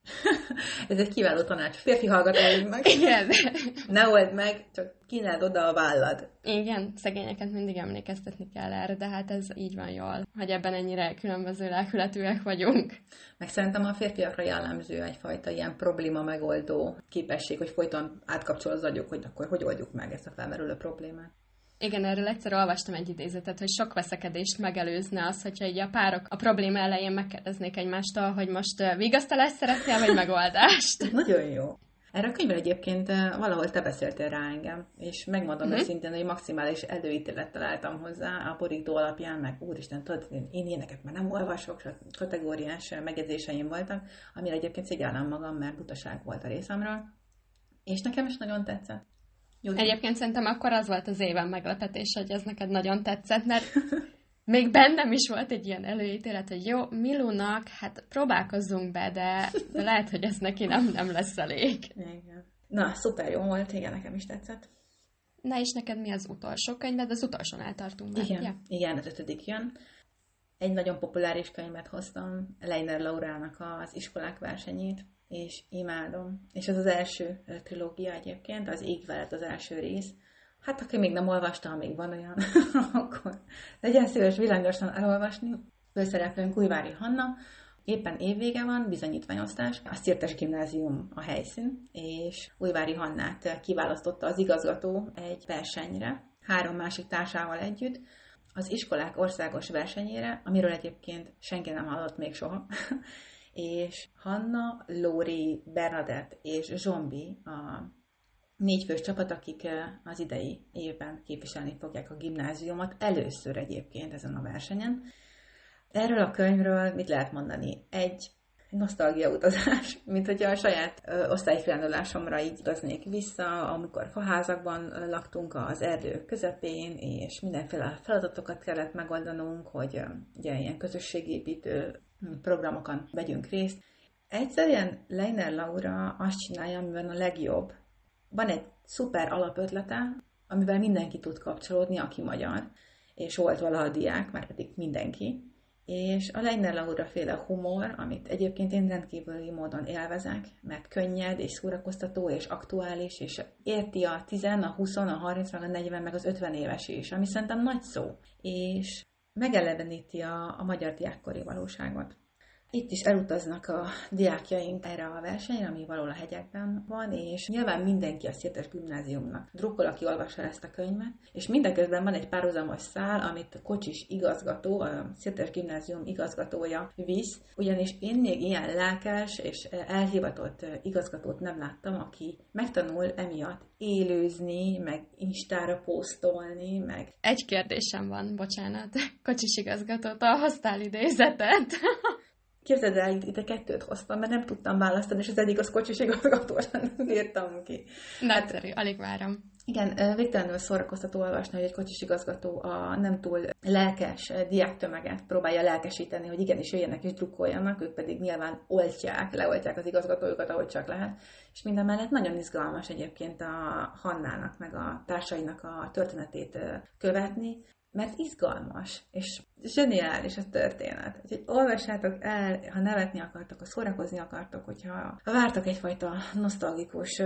Ez egy kiváló tanács. Férfi hallgatóinknak. Igen. Ne old meg, csak kínáld oda a vállad. Igen, szegényeket mindig emlékeztetni kell erre, de hát ez így van jól, hogy ebben ennyire különböző lelkületűek vagyunk. Meg szerintem a férfiakra jellemző egyfajta ilyen probléma megoldó képesség, hogy folyton átkapcsol az agyuk, hogy akkor hogy oldjuk meg ezt a felmerülő problémát. Igen, erről egyszer olvastam egy idézetet, hogy sok veszekedést megelőzne az, hogyha így a párok a probléma elején megkérdeznék egymástól, hogy most vigasztalást szeretnél, vagy megoldást. Nagyon jó. Erre a könyvre egyébként valahol te beszéltél rá engem, és megmondom őszintén, hogy maximális előítélettel álltam hozzá a borító alapján, meg úristen, tudod, én ilyeneket már nem olvasok, kategóriás megjegyzéseim voltak, amire egyébként szégyellem magam, mert butaság volt a részemről, és nekem is nagyon tetszett. Jó. Egyébként szerintem akkor az volt az éven meglepetés, hogy ez neked nagyon tetszett, mert még bennem is volt egy ilyen előítélet, hogy jó, Milunak, hát próbálkozzunk be, de lehet, hogy ez neki nem lesz elég. Igen. Na, szuper jó volt, igen, nekem is tetszett. Na és neked mi az utolsó könyved? Az utolsónál tartunk már, igen, igen, az 5. jön. Egy nagyon populáris könyvet hoztam, Leiner Laurának az Iskolák versenyét, és imádom. És ez az első trilógia egyébként, az Ég veled az első rész. Hát aki még nem olvasta, ha még van olyan, akkor legyen szíves vilányosan elolvasni. Főszereplőnk Újvári Hanna, éppen évvége van, bizonyítványosztás, a Szirtes Gimnázium a helyszín, és Újvári Hannát kiválasztotta az igazgató egy versenyre, 3 másik társával együtt, az iskolák országos versenyére, amiről egyébként senki nem hallott még soha, és Hanna, Lóri, Bernadett és Zsombi a 4 fős csapat, akik az idei évben képviselni fogják a gimnáziumot, először egyébként ezen a versenyen. Erről a könyvről mit lehet mondani? Egy nosztalgia utazás, mint hogyha a saját osztálykirándulásomra így utaznék vissza, amikor faházakban laktunk az erdő közepén, és mindenféle feladatokat kellett megoldanunk, hogy ugye ilyen közösségépítő programokon vegyünk részt. Egyszerűen Leiner Laura azt csinálja, amiben a legjobb. Van egy szuper alapötlete, amivel mindenki tud kapcsolódni, aki magyar, és volt valaha diák, már pedig mindenki. És a Leiner Laura féle humor, amit egyébként én rendkívüli módon élvezek, mert könnyed és szórakoztató és aktuális, és érti a 10, a 20, a 30, a 40, meg az 50 éves is, ami szerintem nagy szó. És megeleveníti a magyar diákkori valóságot. Itt is elutaznak a diákjaink erre a versenyre, ami valahol a hegyekben van, és nyilván mindenki a Szirtes Gimnáziumnak drukkol, aki olvassa ezt a könyvet, és mindeközben van egy párhuzamos szál, amit a Kocsis igazgató, a Szirtes Gimnázium igazgatója visz, ugyanis én még ilyen lelkes és elhivatott igazgatót nem láttam, aki megtanul emiatt élőzni, meg Instára posztolni, meg... Egy kérdésem van, bocsánat. Kocsis igazgatótól hoztál idézetet? Képzeld el, itt 2 hoztam, mert nem tudtam választani, és az egyik az Kocsis igazgatóra írtam ki. Nagyszerű, alig várom. Igen, végtelenül szórakoztató olvasni, hogy egy Kocsis igazgató a nem túl lelkes diáktömeget próbálja lelkesíteni, hogy igenis jöjjenek és drukkoljanak, ők pedig nyilván leoltják az igazgatójukat, ahogy csak lehet. És minden mellett nagyon izgalmas egyébként a Hannának, meg a társainak a történetét követni. mert izgalmas, és zseniális a történet. Úgyhogy olvassátok el, ha nevetni akartok, ha szórakozni akartok, hogyha vártok egyfajta nosztalgikus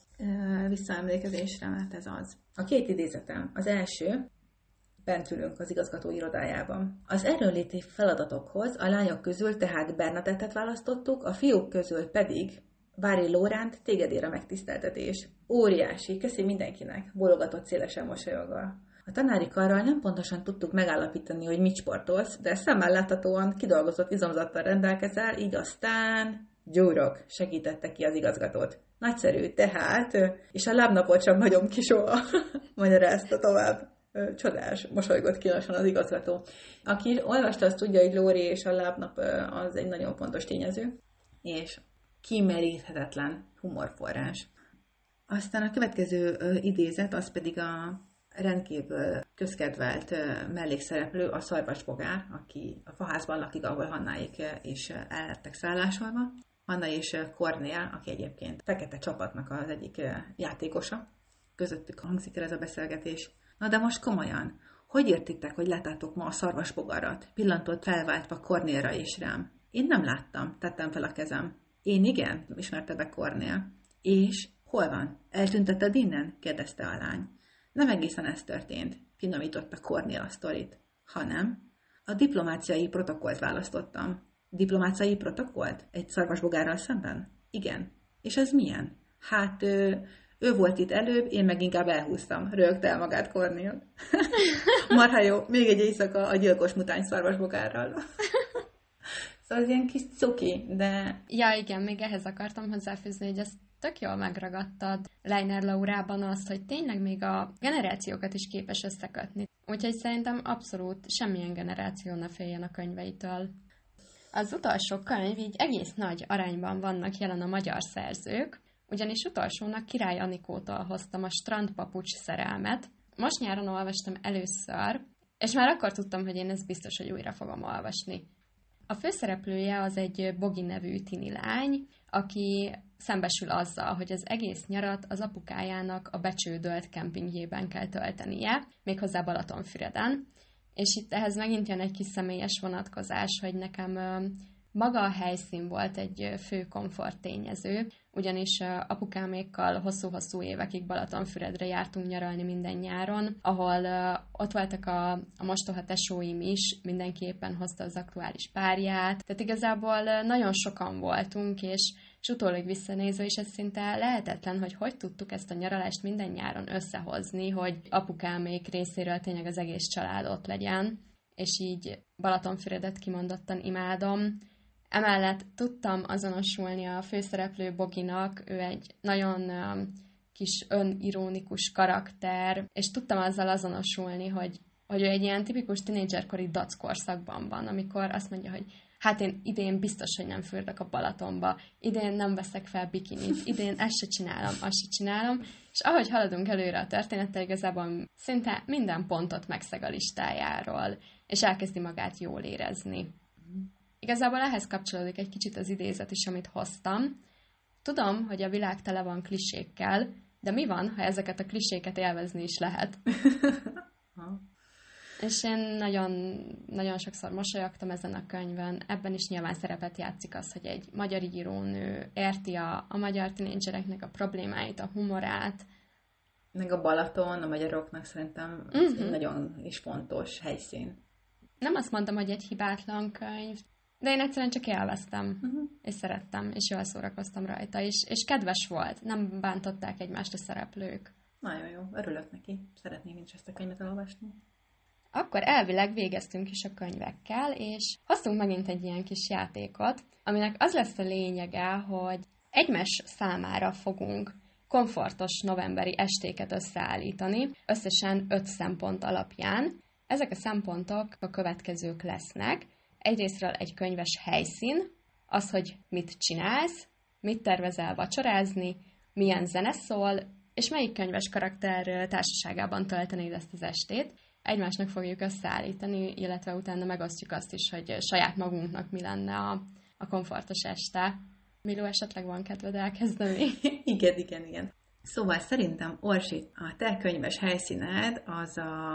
visszaemlékezésre, mert ez az. A 2 idézetem. Az első, bent ülünk az igazgató irodájában. Az erőnléti feladatokhoz a lányok közül tehát Bernadettet választottuk, a fiúk közül pedig Bári Lóránt, téged ér a megtiszteltetés. Óriási, köszi mindenkinek, bólogatott szélesen mosolyogva. A tanári karral nem pontosan tudtuk megállapítani, hogy mit sportolsz, de szemmel láthatóan kidolgozott izomzattal rendelkezel, így aztán gyúrok, segítette ki az igazgatót. Nagyszerű, tehát, és a lábnapot sem hagyom ki soha, magyarázta tovább. Csodás, mosolygott ki lassan az igazgató. Aki olvasta, azt tudja, hogy Lóri és a lábnap az egy nagyon fontos tényező, és kimeríthetetlen humorforrás. Aztán a következő idézet, az pedig a rendkívül közkedvelt mellékszereplő, a szarvasbogár, aki a faházban lakik, ahol Hannáik is el lettek szállásolva. Hanna és Kornél, aki egyébként fekete csapatnak az egyik játékosa. Közöttük hangzik el ez a beszélgetés. Na de most komolyan, hogy értitek, hogy láttátok ma a szarvasbogarat? Pillantott felváltva Kornélra és rám. Én nem láttam, tettem fel a kezem. Én igen, ismerte be Kornél. És hol van? Eltünteted innen? Kérdezte a lány. Nem egészen ez történt, finomította Kornél a sztorit. Hanem a diplomáciai protokollt választottam. Diplomáciai protokollt? Egy szarvasbogárral szemben? Igen. És ez milyen? Hát, ő volt itt előbb, én meg inkább elhúztam. Rögte el magát Kornél. Marha jó, még egy éjszaka a gyilkos mutány szarvasbogárral. Szóval ez ilyen kis cuki, de... Ja, igen, még ehhez akartam hozzáfűzni, hogy ezt tök jól megragadtad Leiner Laurában azt, hogy tényleg még a generációkat is képes összekötni. Úgyhogy szerintem abszolút semmilyen generáció ne féljen a könyveitől. Az utolsó könyv így egész nagy arányban vannak jelen a magyar szerzők, ugyanis utolsónak Király Anikótól hoztam a Strandpapucs szerelmet. Most nyáron olvastam először, és már akkor tudtam, hogy én ezt biztos, hogy újra fogom olvasni. A főszereplője az egy Bogi nevű tini lány, aki szembesül azzal, hogy az egész nyarat az apukájának a becsődölt kempingjében kell töltenie, méghozzá Balatonfüreden. És itt ehhez megint jön egy kis személyes vonatkozás, hogy nekem maga a helyszín volt egy fő komfort tényező, ugyanis apukámékkal hosszú-hosszú évekig Balatonfüredre jártunk nyaralni minden nyáron, ahol ott voltak a mostoha tesóim is, mindenki éppen hozta az aktuális párját. Tehát igazából nagyon sokan voltunk, és utólag visszanézve is ez szinte lehetetlen, hogy tudtuk ezt a nyaralást minden nyáron összehozni, hogy apukámék részéről tényleg az egész család ott legyen, és így Balatonfüredet kimondottan imádom. Emellett tudtam azonosulni a főszereplő Boginak, ő egy nagyon kis önironikus karakter, és tudtam azzal azonosulni, hogy ő egy ilyen tipikus tinédzserkori dackorszakban van, amikor azt mondja, hogy hát én idén biztos, hogy nem fürdök a Balatonba, idén nem veszek fel bikinit, idén ezt se csinálom, azt se csinálom, és ahogy haladunk előre a történettel, igazából szinte minden pontot megszeg a listájáról, és elkezdi magát jól érezni. Igazából ehhez kapcsolódik egy kicsit az idézet is, amit hoztam. Tudom, hogy a világ tele van klisékkel, de mi van, ha ezeket a kliséket élvezni is lehet? És én nagyon, nagyon sokszor mosolyogtam ezen a könyvön. Ebben is nyilván szerepet játszik az, hogy egy magyar írónő érti a magyar tinédzsereknek a problémáit, a humorát. Meg a Balaton a magyaroknak szerintem nagyon is fontos helyszín. Nem azt mondtam, hogy egy hibátlan könyv, de én egyszerűen csak élveztem, és szerettem, és jól szórakoztam rajta, és kedves volt, nem bántották egymást a szereplők. Nagyon jó, örülök neki, szeretném én is ezt a könyvet elolvasni. Akkor elvileg végeztünk is a könyvekkel, és hoztunk megint egy ilyen kis játékot, aminek az lesz a lényege, hogy egymás számára fogunk komfortos novemberi estéket összeállítani, összesen 5 szempont alapján. Ezek a szempontok a következők lesznek. Egyrésztről egy könyves helyszín, az, hogy mit csinálsz, mit tervezel vacsorázni, milyen zene szól, és melyik könyves karakter társaságában töltenéd ezt az estét. Egymásnak fogjuk összeállítani, illetve utána megosztjuk azt is, hogy saját magunknak mi lenne a komfortos este. Miló, esetleg van kedved elkezdeni? Igen. Szóval szerintem, Orsi, a te könyves helyszíned az a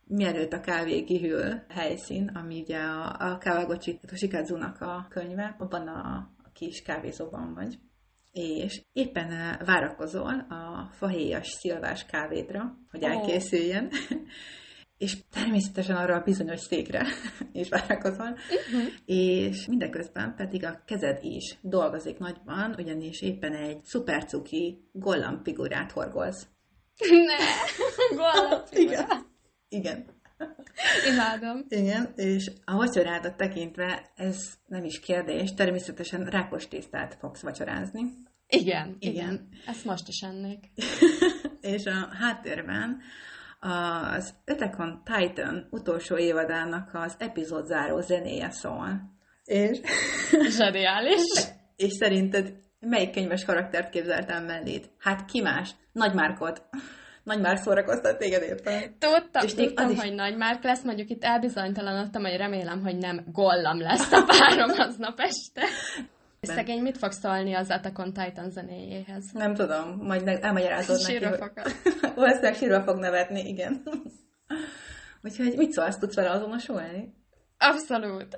mielőtt a kávé kihűl helyszín, ami ugye a Kawaguchi Toshikazu-nak a könyve, abban a kis kávézóban vagy, és éppen várakozol a fahéjas szilvás kávédra, hogy elkészüljen, és természetesen arra a bizonyos székre is várakozol, és mindeközben pedig a kezed is dolgozik nagyban, ugyanis éppen egy szupercuki Gollam figurát horgolsz. Ne! Gollam figurát? Igen. Imádom. Igen, és a vacsorádat tekintve ez nem is kérdés, természetesen rákos tésztát fogsz vacsorázni. Igen. Ezt most is ennék. És a háttérben az Attack on Titan utolsó évadának az epizódzáró zenéje szól. És... Zseniális. És szerinted melyik könyves karaktert képzeltem melléd? Hát ki más? Nagymárkot. Nagymárk szórakoztat téged éppen. Tudtam, hogy Nagymárk lesz, mondjuk itt elbizonytalanodtam, hogy remélem, hogy nem Gollam lesz a párom aznap este. Szegény mit fog szólni az Attack on Titan zenéjéhez? Nem tudom, majd elmagyarázod neki. Sírva fog. Valószínűleg sírva fog nevetni, igen. Úgyhogy mit szólsz, tudsz vele azonosulni? Abszolút.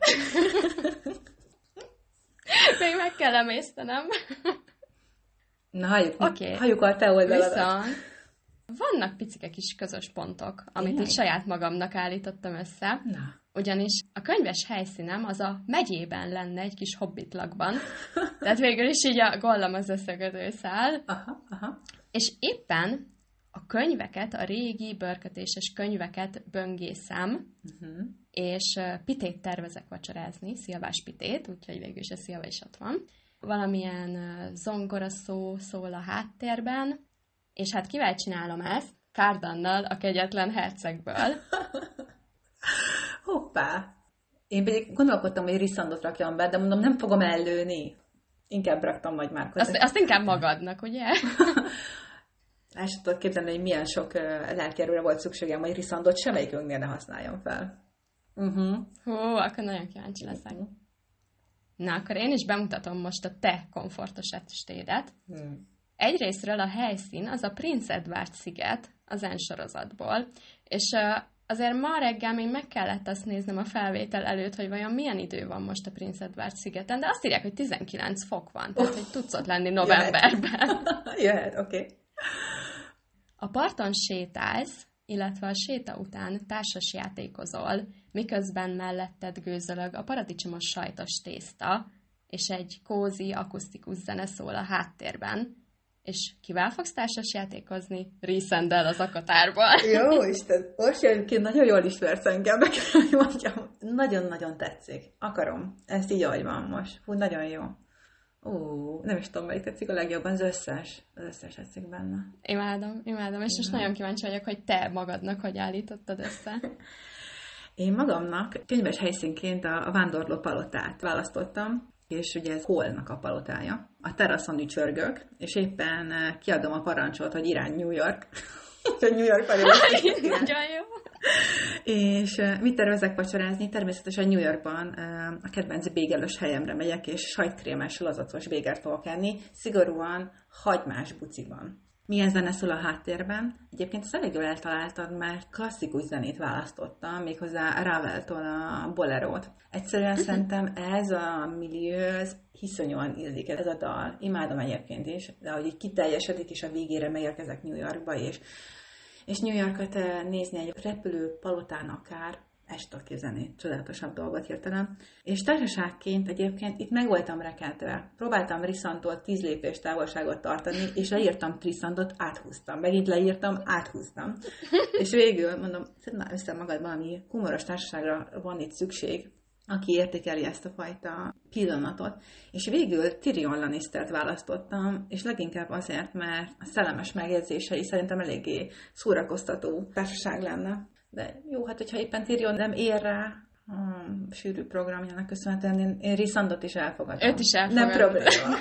Még meg kell emésztenem. Na, halljuk a te oldaladat. Viszont vannak picike kis közös pontok, amit itt saját magamnak állítottam össze. Na. Ugyanis a könyves helyszínem az a megyében lenne egy kis hobbitlakban. Tehát végül is így a Gollam az összekötő szál. Aha. És éppen a könyveket, a régi bőrkötéses könyveket böngészem, és pitét tervezek vacsorázni, szilvás pitét, úgyhogy végül is a szilva is ott van. Valamilyen zongora szól a háttérben, és hát kivel csinálom ezt? Cardannal, a kegyetlen hercegből. Hoppá! Én pedig gondolkodtam, hogy Rissandot rakjam be, de mondom, nem fogom ellőni. Inkább raktam Nagymárkot. Azt inkább magadnak, ugye? El sem tudod képzelni, hogy milyen sok lelkierőre volt szükségem, hogy Rissandot semmelyikünknél ne használjam fel. Hú, akkor nagyon kíváncsi leszek. Na, akkor én is bemutatom most a te komfortos estédet. Egyrésztről a helyszín az a Prince Edward sziget az N sorozatból, és azért ma reggel még meg kellett azt néznem a felvétel előtt, hogy vajon milyen idő van most a Prince Edward szigeten, de azt írják, hogy 19 fok van, tehát hogy tudsz ott lenni novemberben. Jöhet, oké. A parton sétálsz, illetve a séta után társas játékozol, miközben melletted gőzölög a paradicsomos sajtos tészta, és egy kózi, akusztikus zene szól a háttérben. És kivel fogsz társas játékozni? Rissandel az akatárból. Jó, Isten, most jön ki, nagyon jól ismersz engem, meg kell, hogy mondjam. Nagyon-nagyon tetszik. Akarom. Ez így ahogy van most. Hú, nagyon jó. Nem is tudom, melyik tetszik a legjobban, az összes tetszik benne. Imádom, és most nagyon kíváncsi vagyok, hogy te magadnak hogy állítottad össze. Én magamnak könyves helyszínként a Vándorló palotát választottam, és ugye ez Hallnak a palotája. A teraszon ücsörgök, és éppen kiadom a parancsot, hogy irány New York. Hogy New York felé. Nagyon jó. És mit tervezek vacsorázni? Természetesen New Yorkban a kedvenc bégelős helyemre megyek, és sajtkrémes, lazacos bégert fogok enni, szigorúan hagymás buciban. Milyen zene szól a háttérben? Egyébként ezt elég jól eltaláltad, mert klasszikus zenét választottam, méghozzá Raveltól a bolerót. Egyszerűen szerintem ez a millió, ez hiszonyúan illik ez a dal. Imádom egyébként is, de ahogy így kiteljesedik, és a végére megérkezek New Yorkba, és New Yorkot nézni egy repülő palotán akár, ezt tudok képzelni, csodálatosabb dolgot hirtelen. És társaságként egyébként itt meg voltam rekedve. Próbáltam Rissandtól 10 lépés távolságot tartani, és leírtam Trissandot, áthúztam. Megint leírtam, áthúztam. És végül mondom, szedd már össze magad, valami humoros társaságra van itt szükség, aki értékeli ezt a fajta pillanatot. És végül Tyrion Lannistert választottam, és leginkább azért, mert a szellemes megjegyzései szerintem eléggé szórakoztató társaság lenne. De jó, hát hogyha éppen Tyrion nem ér rá a sűrű programjának köszönhetően, én Rissandot is elfogadom. Őt is elfogadom. Nem probléma.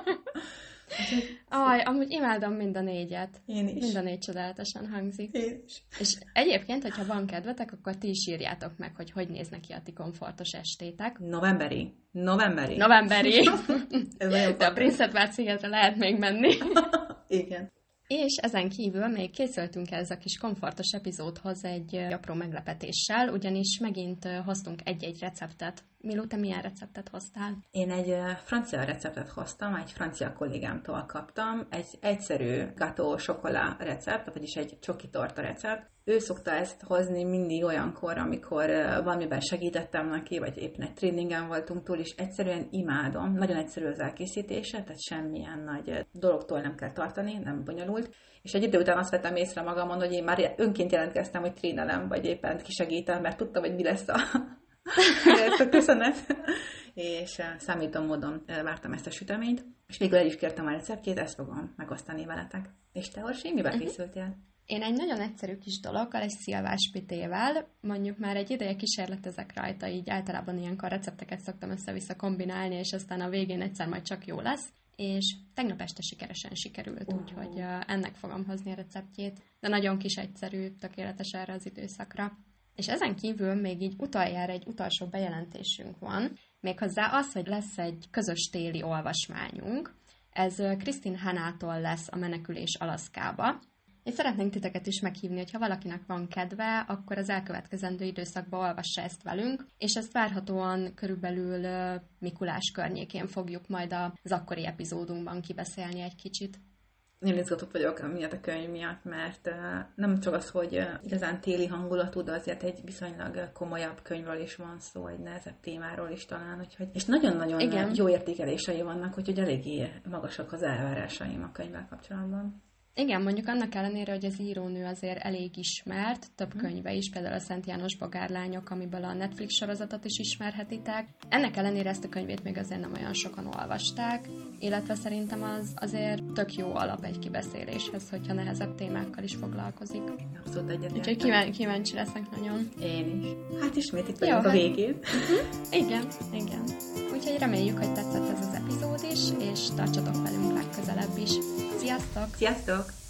Amúgy imádom mind a négyet. Én is. Mind a négy csodálatosan hangzik. Én is. És egyébként, hogyha van kedvetek, akkor ti is írjátok meg, hogy néznek ki a ti komfortos estétek. Novemberi. Ez Ez nagyon de a Prince Edward szigetre lehet még menni. Igen. És ezen kívül még készültünk ez a kis komfortos epizódhoz egy apró meglepetéssel, ugyanis megint hoztunk egy-egy receptet. Milú, te milyen receptet hoztál? Én egy francia receptet hoztam, egy francia kollégámtól kaptam, egy egyszerű gâteau chocolat recept, vagyis egy csoki torta recept. Ő szokta ezt hozni mindig olyankor, amikor valamiben segítettem neki, vagy éppen egy tréningen voltunk túl, és egyszerűen imádom. Nagyon egyszerű az elkészítése, tehát semmilyen nagy dologtól nem kell tartani, nem bonyolult. És egy idő után azt vettem észre magamon, hogy én már önként jelentkeztem, hogy trénelem, vagy éppen kisegítem, mert tudtam, hogy mi lesz ezt a köszönet. És számító módon vártam ezt a süteményt, és végül el is kértem a receptjét, ezt fogom megosztani veletek. És te, Orsi, mivel készültél? Én egy nagyon egyszerű kis dologgal, egy szilvás pitével, mondjuk már egy ideje kísérletezek rajta, így általában ilyenkor recepteket szoktam össze-vissza kombinálni, és aztán a végén egyszer majd csak jó lesz. És tegnap este sikeresen sikerült, úgyhogy ennek fogom hozni a receptjét, de nagyon kis egyszerű, tökéletes erre az időszakra. És ezen kívül még így utoljára egy utolsó bejelentésünk van, méghozzá az, hogy lesz egy közös téli olvasmányunk. Ez Kristin Hanától lesz a Menekülés Alaszkába. És szeretnénk titeket is meghívni, hogyha valakinek van kedve, akkor az elkövetkezendő időszakban olvassa ezt velünk, és ezt várhatóan körülbelül Mikulás környékén fogjuk majd az akkori epizódunkban kibeszélni egy kicsit. Én izgatott vagyok miatt a könyv miatt, mert nem csak az, hogy igazán téli hangulatú, de azért egy viszonylag komolyabb könyvről is van szó, egy nehezebb témáról is talán, úgyhogy, és nagyon-nagyon jó értékelései vannak, úgyhogy eléggé magasak az elvárásaim a könyvvel kapcsolatban. Igen, mondjuk annak ellenére, hogy az írónő azért elég ismert, több könyve is, például a Szent János Bogárlányok, amiből a Netflix sorozatot is ismerhetitek. Ennek ellenére ezt a könyvét még azért nem olyan sokan olvasták, illetve szerintem az azért tök jó alap egy kibeszéléshez, hogyha nehezebb témákkal is foglalkozik. Abszolút egyetértek. Úgyhogy kíváncsi leszek nagyon. Én is. Hát ismét itt vagyunk a végén. Igen. Úgyhogy reméljük, hogy tetszett ez az epizód is, és tartsatok velünk legközelebb is. Sziasztok! Sziasztok!